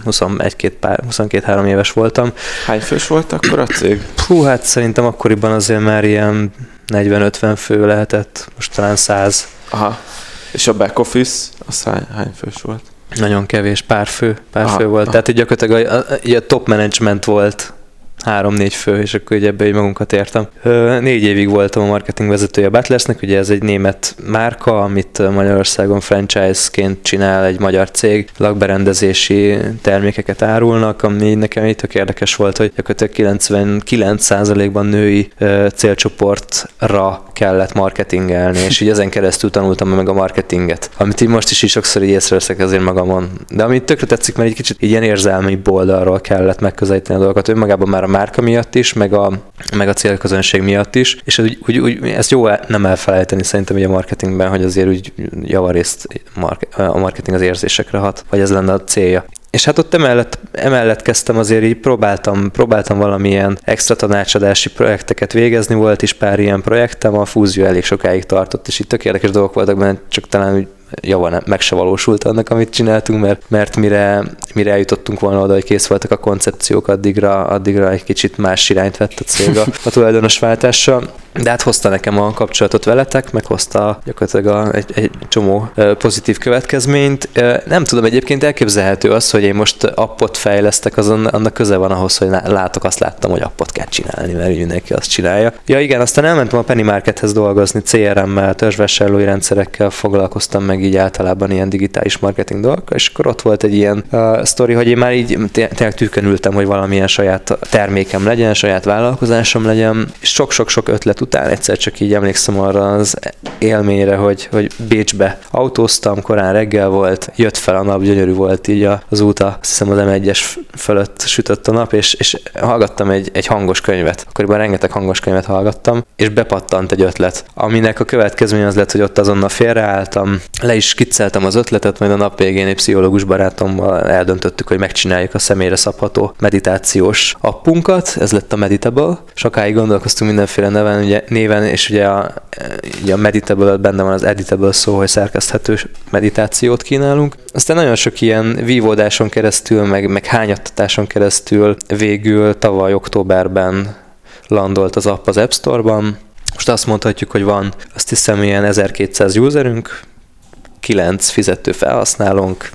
huszonegy-két-három éves voltam. Hány fős volt akkor a cég? Hú, hát szerintem akkoriban azért már ilyen negyven-ötven fő lehetett, most talán száz. Aha. És a back office, az hány, hány fős volt? Nagyon kevés, pár fő, pár aha, fő volt. Aha. Tehát így gyakorlatilag a, a, a top management volt három-négy fő, és akkor így ebbe így magunkat értem. Négy évig voltam a marketing vezetője a Butlersnek, ugye ez egy német márka, amit Magyarországon franchise-ként csinál egy magyar cég, lakberendezési termékeket árulnak, ami nekem így tök érdekes volt, hogy gyakorlatilag kilencvenkilenc százalékban női célcsoportra kellett marketingelni, és így ezen keresztül tanultam meg a marketinget, amit így most is így sokszor így észreveszek azért magamon. De amit tökre tetszik, mert egy kicsit így ilyen érzelmi oldalról kellett megközelíteni a dolgokat, önmagában már a márka miatt is, meg a, meg a célközönség miatt is, és úgy, úgy, úgy, ezt jó nem elfelejteni szerintem így a marketingben, hogy azért úgy javarészt a marketing az érzésekre hat, vagy ez lenne a célja. És hát ott emellett, emellett kezdtem azért így próbáltam, próbáltam valamilyen extra tanácsadási projekteket végezni, volt is pár ilyen projektem, a fúzió elég sokáig tartott, és itt tök érdekes dolgok voltak benne, csak talán úgy java meg se valósult annak, amit csináltunk, mert, mert mire, mire eljutottunk volna oda, hogy kész voltak a koncepciók, addigra, addigra egy kicsit más irányt vett a cég a, a tulajdonos váltással. de hát hozta nekem a kapcsolatot veletek, meg hozta gyakorlatilag a, egy, egy csomó pozitív következményt. Nem tudom, egyébként elképzelhető az, hogy én most appot fejlesztek, azon annak köze van ahhoz, hogy látok, azt láttam, hogy appot kell csinálni, mert mindenki azt csinálja. Ja igen, aztán elmentem a Penny Markethez dolgozni, cé er em-mel, törzsvásárlói rendszerekkel foglalkoztam, meg így általában ilyen digitális marketing dolgokkal, és akkor ott volt egy ilyen uh, sztori, hogy én már így tényleg tükönültem, hogy valamilyen saját termékem legyen, saját vállalkozásom legyen, és sok-sok-sok ötlet után egyszer csak így emlékszem arra az élményre, hogy, hogy Bécsbe autóztam, korán reggel volt, jött fel a nap, gyönyörű volt így az út, azt hiszem az em egyes fölött sütött a nap, és, és hallgattam egy, egy hangos könyvet. Akkoriban rengeteg hangos könyvet hallgattam, és bepattant egy ötlet, aminek a következmény az lett, hogy ott azonnal félreálltam, le is skicceltem az ötletet, majd a nap végén egy pszichológus barátommal eldöntöttük, hogy megcsináljuk a személyre szabható meditációs appunkat, ez lett a Meditable. Sokáig gondolkoztunk mindenféle neven, ugye, néven, és ugye a, ugye a Meditable benne van az Editable szó, hogy szerkeszthető meditációt kínálunk. Aztán nagyon sok ilyen vívódáson keresztül, meg, meg hányattatáson keresztül végül tavaly októberben landolt az app az App Store-ban. Most azt mondhatjuk, hogy van, azt hiszem, ilyen ezerkétszáz userünk, kilenc fizető felhasználónk,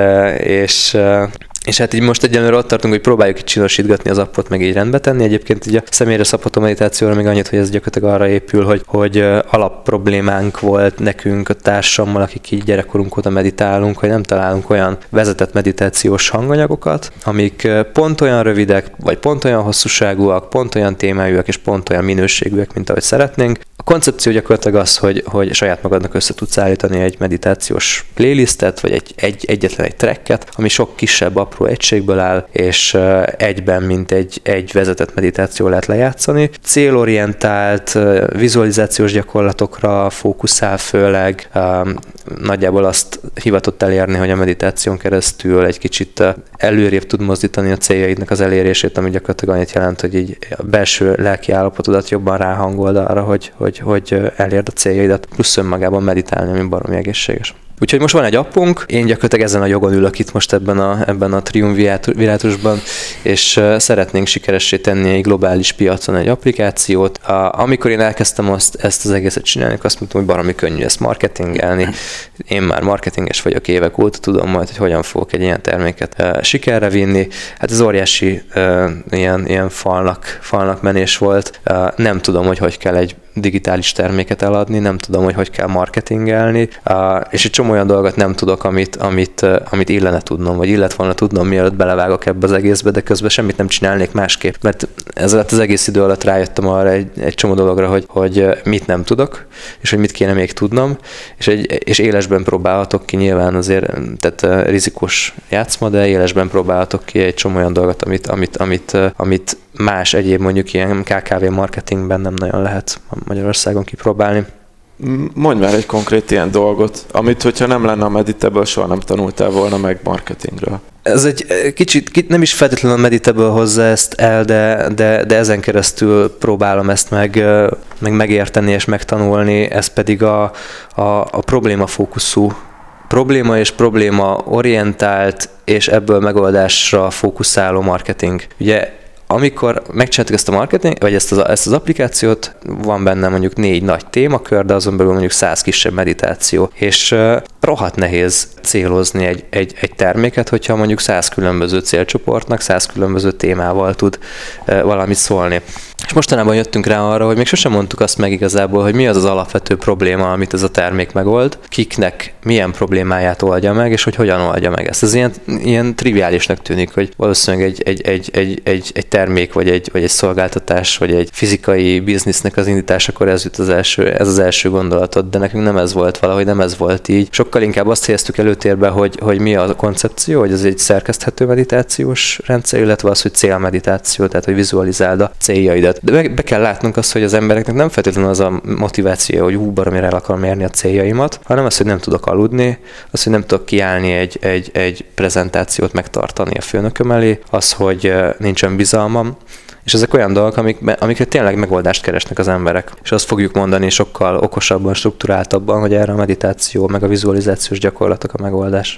és És hát így most egyenlőre ott tartunk, hogy próbáljuk így csinosítgatni az appot, meg így rendbe tenni. Egyébként így a személyre szabható meditációra még annyit, hogy ez gyakorlatilag arra épül, hogy, hogy alapproblémánk volt nekünk a társammal, akik így gyerekkorunk óta meditálunk, hogy nem találunk olyan vezetett meditációs hanganyagokat, amik pont olyan rövidek, vagy pont olyan hosszúságúak, pont olyan témájúak, és pont olyan minőségűek, mint ahogy szeretnénk. A koncepció gyakorlatilag az, hogy, hogy saját magadnak össze tudsz állítani egy meditációs playlistet, vagy egy, egy, egyetlen egy tracket, ami sok kisebb apró egységből áll, és egyben, mint egy, egy vezetett meditáció lehet lejátszani. Célorientált, vizualizációs gyakorlatokra fókuszál főleg, nagyjából azt hivatott elérni, hogy a meditáción keresztül egy kicsit előrébb tud mozdítani a céljaidnak az elérését, ami gyakorlatilag annyit jelent, hogy így a belső lelki állapotodat jobban ráhangold arra, hogy, hogy, hogy elérd a céljaidat, plusz önmagában meditálni, ami baromi egészséges. Úgyhogy most van egy appunk, én gyakorlatilag ezen a jogon ülök itt most ebben a, ebben a triumvirátusban, és szeretnénk sikeressé tenni egy globális piacon egy applikációt. A, amikor én elkezdtem azt, ezt az egészet csinálni, azt mondtam, hogy baromi könnyű ezt marketingelni. Én már marketinges vagyok évek óta, tudom majd, hogy hogyan fogok egy ilyen terméket uh, sikerre vinni. Hát ez óriási uh, ilyen, ilyen falnak, falnak menés volt. Uh, nem tudom, hogy hogy kell egy digitális terméket eladni, nem tudom, hogy hogy kell marketingelni, és egy csomó olyan dolgot nem tudok, amit, amit, amit illene tudnom, vagy illet volna tudnom, mielőtt belevágok ebbe az egészbe, de közben semmit nem csinálnék másképp, mert ez alatt az egész idő alatt rájöttem arra egy, egy csomó dologra, hogy, hogy mit nem tudok, és hogy mit kéne még tudnom, és, egy, és élesben próbálhatok ki nyilván azért, tehát rizikós játszma, de élesben próbálhatok ki egy csomó olyan dolgot, amit, amit, amit, amit más egyéb mondjuk ilyen ká ká vé marketingben nem nagyon lehet Magyarországon kipróbálni. Mondj már egy konkrét ilyen dolgot, amit, hogyha nem lenne a Meditable, soha nem tanultál volna meg marketingről. Ez egy kicsit, nem is feltétlenül a Meditable hozza ezt el, de, de, de ezen keresztül próbálom ezt meg, meg megérteni és megtanulni, ez pedig a, a, a problémafókuszú, probléma és probléma orientált, és ebből megoldásra fókuszáló marketing. Ugye amikor megcsináltuk ezt a marketing, vagy ezt az, ezt az applikációt, van benne mondjuk négy nagy témakör, de azon belül mondjuk száz kisebb meditáció. És uh, rohadt nehéz célozni egy, egy, egy terméket, hogyha mondjuk száz különböző célcsoportnak, száz különböző témával tud uh, valamit szólni. És mostanában jöttünk rá arra, hogy még sosem mondtuk azt meg igazából, hogy mi az az alapvető probléma, amit ez a termék megold, kiknek milyen problémáját oldja meg, és hogy hogyan oldja meg ezt. Ez ilyen, ilyen triviálisnak tűnik, hogy valószínűleg egy, egy, egy, egy, egy, egy termék, vagy egy, vagy egy szolgáltatás, vagy egy fizikai biznisznek az indításakor ez jut az első, ez az első gondolatod, de nekünk nem ez volt valahogy, nem ez volt így. Sokkal inkább azt helyeztük előtérbe, hogy, hogy mi a koncepció, hogy ez egy szerkeszthető meditációs rendszer, illetve az, hogy célmeditáció, tehát hogy vizualizáld a céljaidat. De be, be kell látnunk azt, hogy az embereknek nem feltétlenül az a motiváció, hogy hú, baromira el akarom érni a céljaimat, hanem az, hogy nem tudok aludni, az, hogy nem tudok kiállni egy, egy, egy prezentációt megtartani a főnököm elé, az, hogy nincsen bizalmam, és ezek olyan dolgok, amik, amikre tényleg megoldást keresnek az emberek. És azt fogjuk mondani sokkal okosabban, strukturáltabban, hogy erre a meditáció, meg a vizualizációs gyakorlatok a megoldás.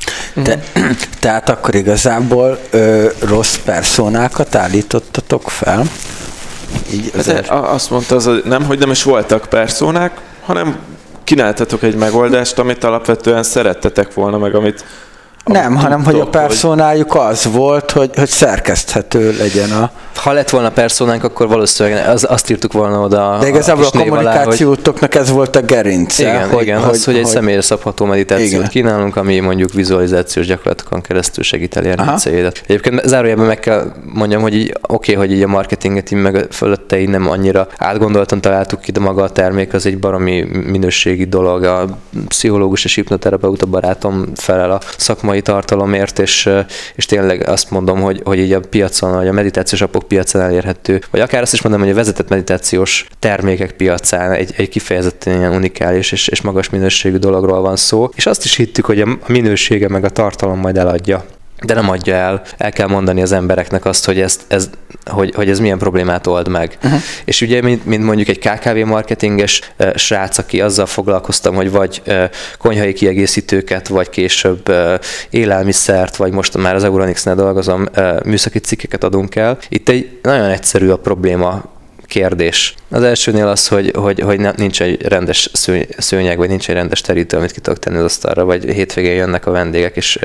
Te, tehát akkor igazából ö, rossz personákat állítottatok fel? Így az el... Azt mondta, az, nem, hogy nem is voltak personák, hanem kínáltatok egy megoldást, amit alapvetően szerettetek volna, meg amit Nem, hanem hogy a personájuk az volt, hogy, hogy szerkeszthető legyen a... Ha lett volna personánk, akkor valószínűleg az, azt írtuk volna oda. De igazából a, a kommunikációtoknak ez volt a gerince. Igen, hogy, igen hogy, az, hogy egy hogy... személyre szabható meditációt igen. kínálunk, ami mondjuk vizualizációs gyakorlatokon keresztül segít elérni a célját. Egyébként zárójelben meg kell mondjam, hogy így, oké, okay, hogy így a marketinget így meg fölötte így nem annyira átgondoltan találtuk ki, de maga a termék az egy baromi minőségi dolog. A pszichológus és hipnoterapeuta barátom felel a szakmai tartalomért, és, és tényleg azt mondom, hogy, hogy így a piacon, vagy a meditációs appok piacán elérhető, vagy akár azt is mondom, hogy a vezetett meditációs termékek piacán egy, egy kifejezetten ilyen unikális és, és magas minőségű dologról van szó, és azt is hittük, hogy a minősége meg a tartalom majd eladja. De nem adja el. El kell mondani az embereknek azt, hogy, ezt, ez, hogy, hogy ez milyen problémát old meg. Uh-huh. És ugye, mint, mint mondjuk egy ká ká vé marketinges uh, srác, aki azzal foglalkoztam, hogy vagy uh, konyhai kiegészítőket, vagy később uh, élelmiszert, vagy most már az Euronix-nél dolgozom, uh, műszaki cikkeket adunk el. Itt egy nagyon egyszerű a probléma kérdés. Az elsőnél az, hogy, hogy, hogy nincs egy rendes szőnyeg, vagy nincs egy rendes terítő, amit ki tudok tenni az asztalra, vagy hétvégén jönnek a vendégek, és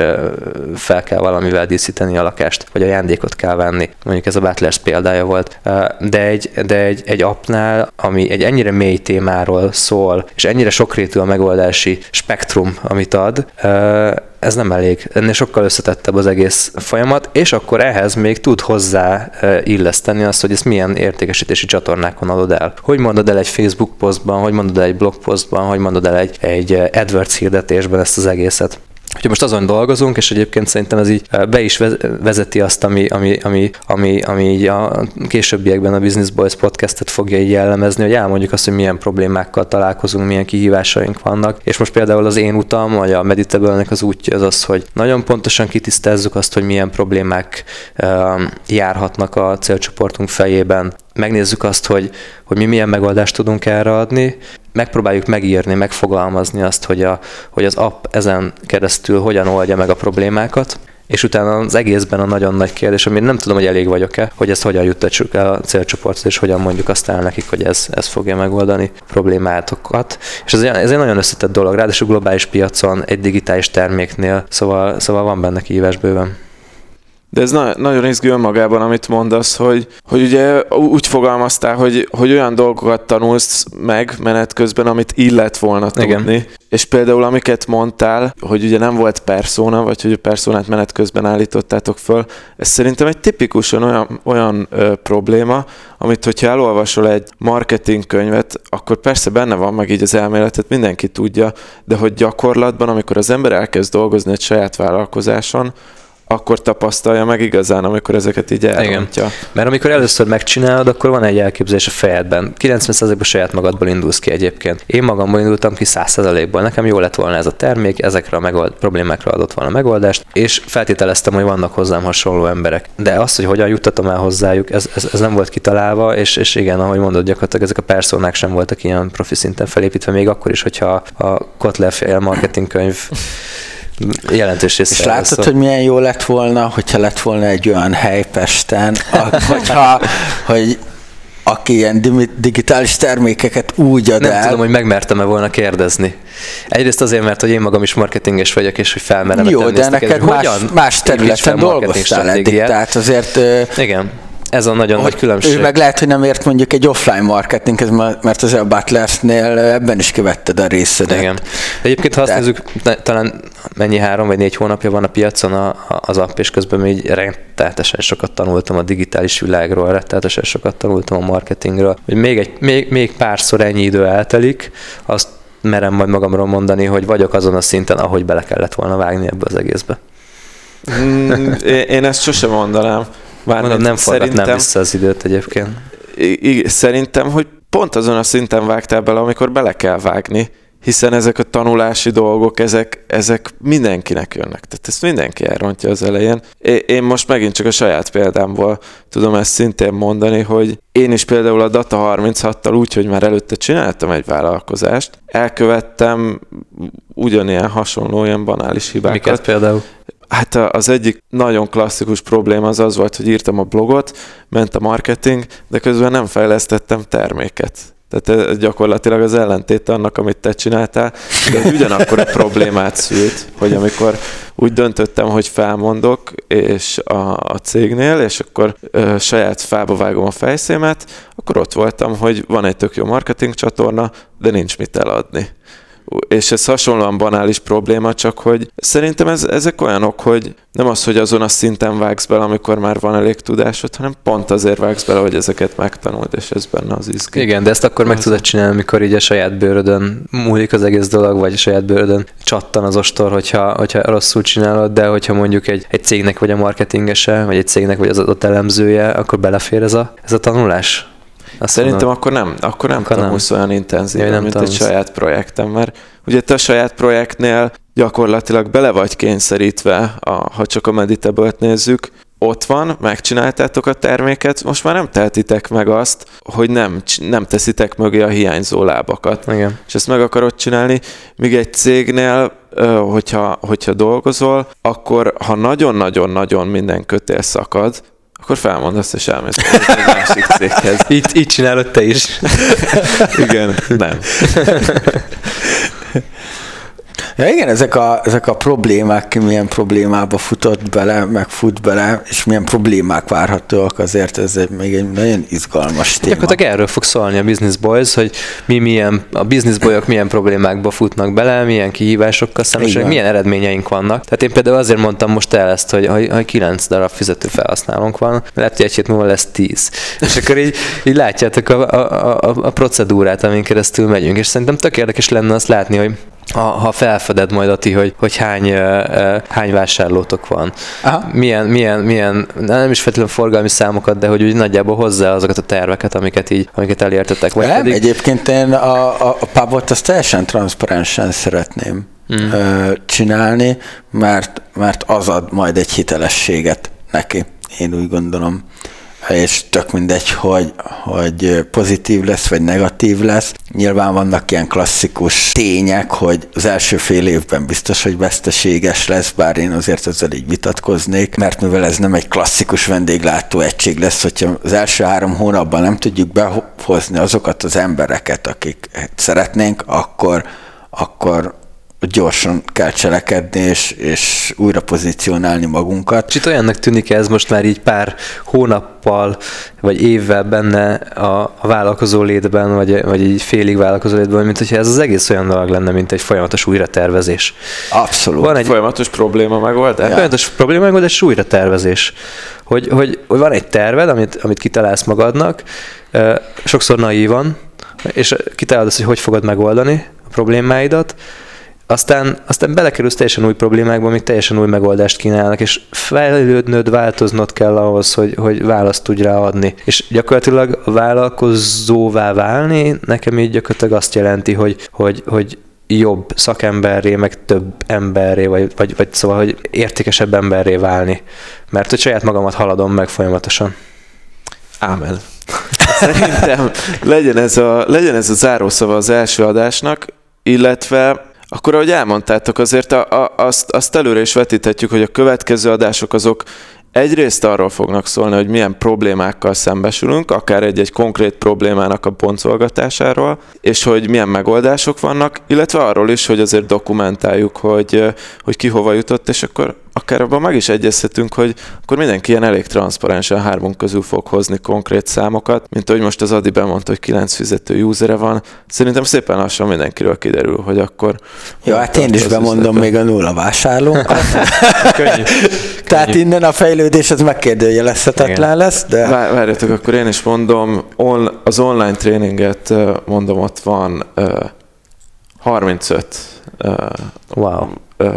fel kell valamivel díszíteni a lakást, vagy ajándékot kell venni. Mondjuk ez a Butlers példája volt. De egy, de egy, egy appnál, ami egy ennyire mély témáról szól, és ennyire sokrétű a megoldási spektrum, amit ad, ez nem elég. Ennél sokkal összetettebb az egész folyamat, és akkor ehhez még tud hozzá illeszteni azt, hogy ezt milyen értékesítési csatornákon adod el. Hogy mondod el egy Facebook posztban, hogy mondod el egy blog posztban, hogy mondod el egy, egy AdWords hirdetésben ezt az egészet. Úgyhogy most azon dolgozunk, és egyébként szerintem ez így be is vezeti azt, ami, ami, ami, ami, ami így a későbbiekben a Business Boys podcastet fogja így jellemezni, hogy elmondjuk azt, hogy milyen problémákkal találkozunk, milyen kihívásaink vannak. És most például az én utam, vagy a Meditable-nek az útja az az, hogy nagyon pontosan kitisztázzuk azt, hogy milyen problémák járhatnak a célcsoportunk fejében. Megnézzük azt, hogy, hogy mi milyen megoldást tudunk erre adni, megpróbáljuk megírni, megfogalmazni azt, hogy, a, hogy az app ezen keresztül hogyan oldja meg a problémákat, és utána az egészben a nagyon nagy kérdés, amit nem tudom, hogy elég vagyok-e, hogy ezt hogyan juttatsuk el a célcsoporthoz, és hogyan mondjuk azt el nekik, hogy ez, ez fogja megoldani problémátokat. És ez, ez egy nagyon összetett dolog, ráadásul globális piacon, egy digitális terméknél, szóval, szóval van benne kihívás bőven. De ez na- nagyon izgi önmagában, amit mondasz, hogy, hogy ugye úgy fogalmaztál, hogy, hogy olyan dolgokat tanulsz meg menet közben, amit illet volna tudni. Igen. És például amiket mondtál, hogy ugye nem volt persona, vagy hogy a personát menet közben állítottátok föl, ez szerintem egy tipikusan olyan, olyan ö, probléma, amit hogyha elolvasol egy marketing könyvet, akkor persze benne van meg így az elméletet, mindenki tudja, de hogy gyakorlatban, amikor az ember elkezd dolgozni egy saját vállalkozáson, akkor tapasztalja meg igazán, amikor ezeket így elrontja. Mert amikor először megcsinálod, akkor van egy elképzelés a fejedben. kilencven százalékban saját magadból indulsz ki egyébként. Én magamból indultam ki száz százalékból. Nekem jó lett volna ez a termék, ezekre a megold, problémákra adott volna megoldást, és feltételeztem, hogy vannak hozzám hasonló emberek. De azt, hogy hogyan juttatom el hozzájuk, ez, ez, ez nem volt kitalálva, és, és igen, ahogy mondod, gyakorlatilag ezek a personák sem voltak ilyen profi szinten felépítve, még akkor is, hogyha a Kotler marketing könyv jelentős része. És látod, szó. Hogy milyen jó lett volna, hogyha lett volna egy olyan hely Pesten, hogyha, hogy aki ilyen digitális termékeket úgy ad Nem el. Nem tudom, hogy megmertem-e volna kérdezni. Egyrészt azért, mert hogy én magam is marketinges vagyok, és hogy felmerem Jó, de neked más, más területen dolgoztál eddig, tehát azért... Igen. Ez a nagyon nagy különbség. Ő meg lehet, hogy nem ért mondjuk egy offline marketing, mert az a Butlersnél ebben is követted a részedet. Igen. Egyébként, ha azt nézzük, talán mennyi három vagy négy hónapja van a piacon a, az app, és közben még rettenetesen sokat tanultam a digitális világról, rettenetesen sokat tanultam a marketingről. Hogy még, egy, még, még párszor ennyi idő eltelik, azt merem majd magamról mondani, hogy vagyok azon a szinten, ahogy bele kellett volna vágni ebbe az egészbe. Mm, én ezt sosem mondanám. Mondom, nem forgatnám vissza az időt egyébként. Szerintem, hogy pont azon a szinten vágtál bele, amikor bele kell vágni, hiszen ezek a tanulási dolgok, ezek, ezek mindenkinek jönnek. Tehát ezt mindenki elrontja az elején. Én most megint csak a saját példámból tudom ezt szintén mondani, hogy én is például a Data harminchattal úgy, hogy már előtte csináltam egy vállalkozást, elkövettem ugyanilyen hasonló, ilyen banális hibákat. Miket például? Hát az egyik nagyon klasszikus probléma az az volt, hogy írtam a blogot, ment a marketing, de közben nem fejlesztettem terméket. Tehát gyakorlatilag az ellentét annak, amit te csináltál, de ugyanakkor a problémát szült, hogy amikor úgy döntöttem, hogy felmondok és a, a cégnél, és akkor ö, saját fába vágom a fejszémet, akkor ott voltam, hogy van egy tök jó marketing csatorna, de nincs mit eladni. És ez hasonlóan banális probléma, csak hogy szerintem ez, ezek olyanok, hogy nem az, hogy azon a szinten vágsz bele, amikor már van elég tudásod, hanem pont azért vágsz bele, hogy ezeket megtanuld, és ez benne az izgi. Igen, de ezt akkor meg tudod csinálni, amikor így a saját bőrödön múlik az egész dolog, vagy a saját bőrödön csattan az ostor, hogyha, hogyha rosszul csinálod, de hogyha mondjuk egy, egy cégnek vagy a marketingese, vagy egy cégnek vagy az adott elemzője, akkor belefér ez a, ez a tanulás? Azt Szerintem mondom, akkor nem, akkor nem akkor tanulsz nem. olyan intenzíven, Jaj, mint tanulsz. Egy saját projektem, mert ugye te a saját projektnél gyakorlatilag bele vagy kényszerítve, a, ha csak a Meditable-t nézzük, ott van, megcsináltátok a terméket, most már nem tehetitek meg azt, hogy nem, nem teszitek mögé a hiányzó lábakat. Igen. És ezt meg akarod csinálni, míg egy cégnél, hogyha, hogyha dolgozol, akkor ha nagyon-nagyon-nagyon minden kötél szakad, akkor felmondasz, és elmész egy másik céghez. Így, így csinálod te is. Igen, nem. Ja igen, ezek a, ezek a problémák, milyen problémába futott bele, meg fut bele, és milyen problémák várhatóak, azért ez egy, még egy nagyon izgalmas téma. Gyakorlatilag erről fog szólni a Business Boys, hogy mi milyen, a Business Boyok milyen problémákba futnak bele, milyen kihívásokkal szembesülnek, milyen eredményeink vannak. Tehát én például azért mondtam most el ezt, hogy, hogy, hogy kilenc darab fizető felhasználónk van, lehet, hogy egy hét múlva lesz tíz. És akkor így, így látjátok a, a, a, a procedúrát, amin keresztül megyünk. És szerintem tök érdekes lenne azt látni, hogy Ha, ha felfeded majd, Ati, hogy, hogy hány, uh, hány vásárlótok van. Aha. Milyen, milyen, milyen, nem is feltétlenül forgalmi számokat, de hogy úgy nagyjából hozzá azokat a terveket, amiket így, amiket elértetek. Vagy nem, pedig... egyébként én a, a, a pubot azt teljesen transzparensen szeretném mm. uh, csinálni, mert, mert az ad majd egy hitelességet neki, én úgy gondolom. És tök mindegy, hogy, hogy pozitív lesz, vagy negatív lesz. Nyilván vannak ilyen klasszikus tények, hogy az első fél évben biztos, hogy veszteséges lesz, bár én azért ezzel így vitatkoznék, mert mivel ez nem egy klasszikus vendéglátó egység lesz, hogyha az első három hónapban nem tudjuk behozni azokat az embereket, akik szeretnénk, akkor, akkor gyorsan kell cselekedni, és, és újra pozícionálni magunkat. És itt olyannak tűnik ez most már így pár hónappal, vagy évvel benne a, a vállalkozó létben, vagy, vagy így félig vállalkozó létben, mint hogyha ez az egész olyan dolog lenne, mint egy folyamatos újratervezés. Abszolút. Van egy folyamatos probléma megoldás. Ja. Folyamatos probléma megoldás és újratervezés. Hogy, hogy, hogy van egy terved, amit, amit kitalálsz magadnak, sokszor naívan, és kitalálod azt, hogy hogy fogod megoldani a problémáidat, Aztán, aztán belekerülsz teljesen új problémákba, amik teljesen új megoldást kínálnak, és fejlődnöd, változnod kell ahhoz, hogy, hogy választ tudj rá adni. És gyakorlatilag vállalkozóvá válni nekem így gyakorlatilag azt jelenti, hogy, hogy, hogy jobb szakemberré, meg több emberré, vagy, vagy, vagy szóval, hogy értékesebb emberré válni. Mert hogy saját magamat haladom meg folyamatosan. Ámen. Szerintem legyen ez a, legyen ez a zárószava az első adásnak, illetve akkor, ahogy elmondtátok, azért a, a, azt, azt előre is vetíthetjük, hogy a következő adások azok egyrészt arról fognak szólni, hogy milyen problémákkal szembesülünk, akár egy-egy konkrét problémának a boncolgatásáról, és hogy milyen megoldások vannak, illetve arról is, hogy azért dokumentáljuk, hogy, hogy ki hova jutott, és akkor akár abban meg is egyezhetünk, hogy akkor mindenki ilyen elég transzparensen hármunk közül fog hozni konkrét számokat, mint ahogy most az Adi bemondta, hogy kilenc fizető usere van. Szerintem szépen lassan mindenkiről kiderül, hogy akkor... Jó, hát én is bemondom még a nulla vásárlónkat. Könnyű. Tehát innen a fejlődés az megkérdőjelezhetetlen lesz, de... Várjatok, akkor én is mondom, on, az online tréninget mondom, ott van uh, harmincöt uh, wow. uh,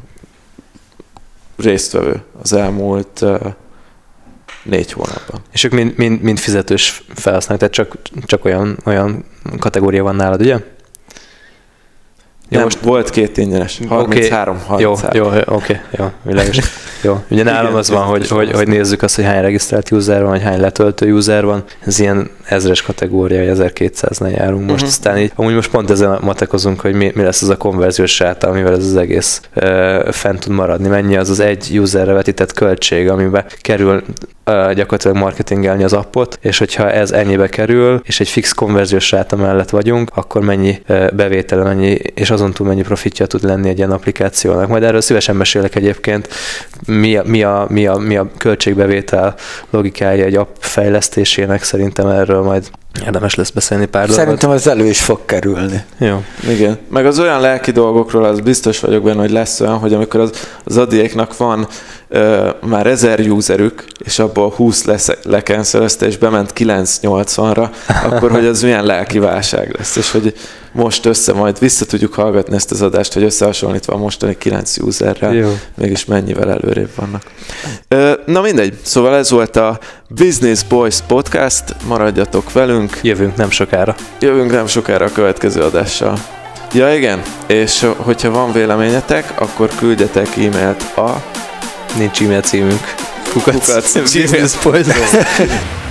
résztvevő az elmúlt uh, négy hónapban. És ők mind, mind, mind fizetős felhasználók, tehát csak, csak olyan, olyan kategória van nálad, ugye? Nem, most volt két ingyenes. harminchárom, okay. harminchárom. Jó, jó, oké, jó, világos. Jó. Ugye nálam az van, hogy, hogy, hogy nézzük azt, hogy hány regisztrált user van, vagy hány letöltő user van. Ez ilyen ezres kategória, hogy ezerkétszáznál járunk most. Uh-huh. Aztán így, amúgy most pont ezen matekozunk, hogy mi, mi lesz az a konverziós ráta, amivel ez az egész uh, fent tud maradni. Mennyi az az egy userre vetített költség, amiben kerül uh, gyakorlatilag marketingelni az appot, és hogyha ez ennyibe kerül, és egy fix konverziós ráta mellett vagyunk, akkor mennyi uh, bevétele, mennyi, és azon túl mennyi profitja tud lenni egy ilyen applikációnak. Majd erről szívesen mesélek egyébként, mi a, mi a, mi a, mi a költségbevétel logikája egy app fejlesztésének, szerintem erről majd érdemes lesz beszélni pár dolgot. Szerintem ez elő is fog kerülni. Jó. Igen. Meg az olyan lelki dolgokról, az biztos vagyok benne, hogy lesz olyan, hogy amikor az, az Adiéknak van uh, már ezer userük, és abból húsz lesz, lekenszerezte, és bement kilencszáznyolcvanra, akkor hogy az milyen lelki válság lesz, és hogy most össze majd vissza tudjuk hallgatni ezt az adást, hogy összehasonlítva a mostani kilenc userrel, Jó. mégis mennyivel előrébb vannak. Na mindegy, szóval ez volt a Business Boys Podcast, maradjatok velünk. Jövünk nem sokára. Jövünk nem sokára a következő adással. Ja igen, és hogyha van véleményetek, akkor küldjetek e-mailt a... Nincs e-mail címünk. Kukac. Kukac. Business Boys.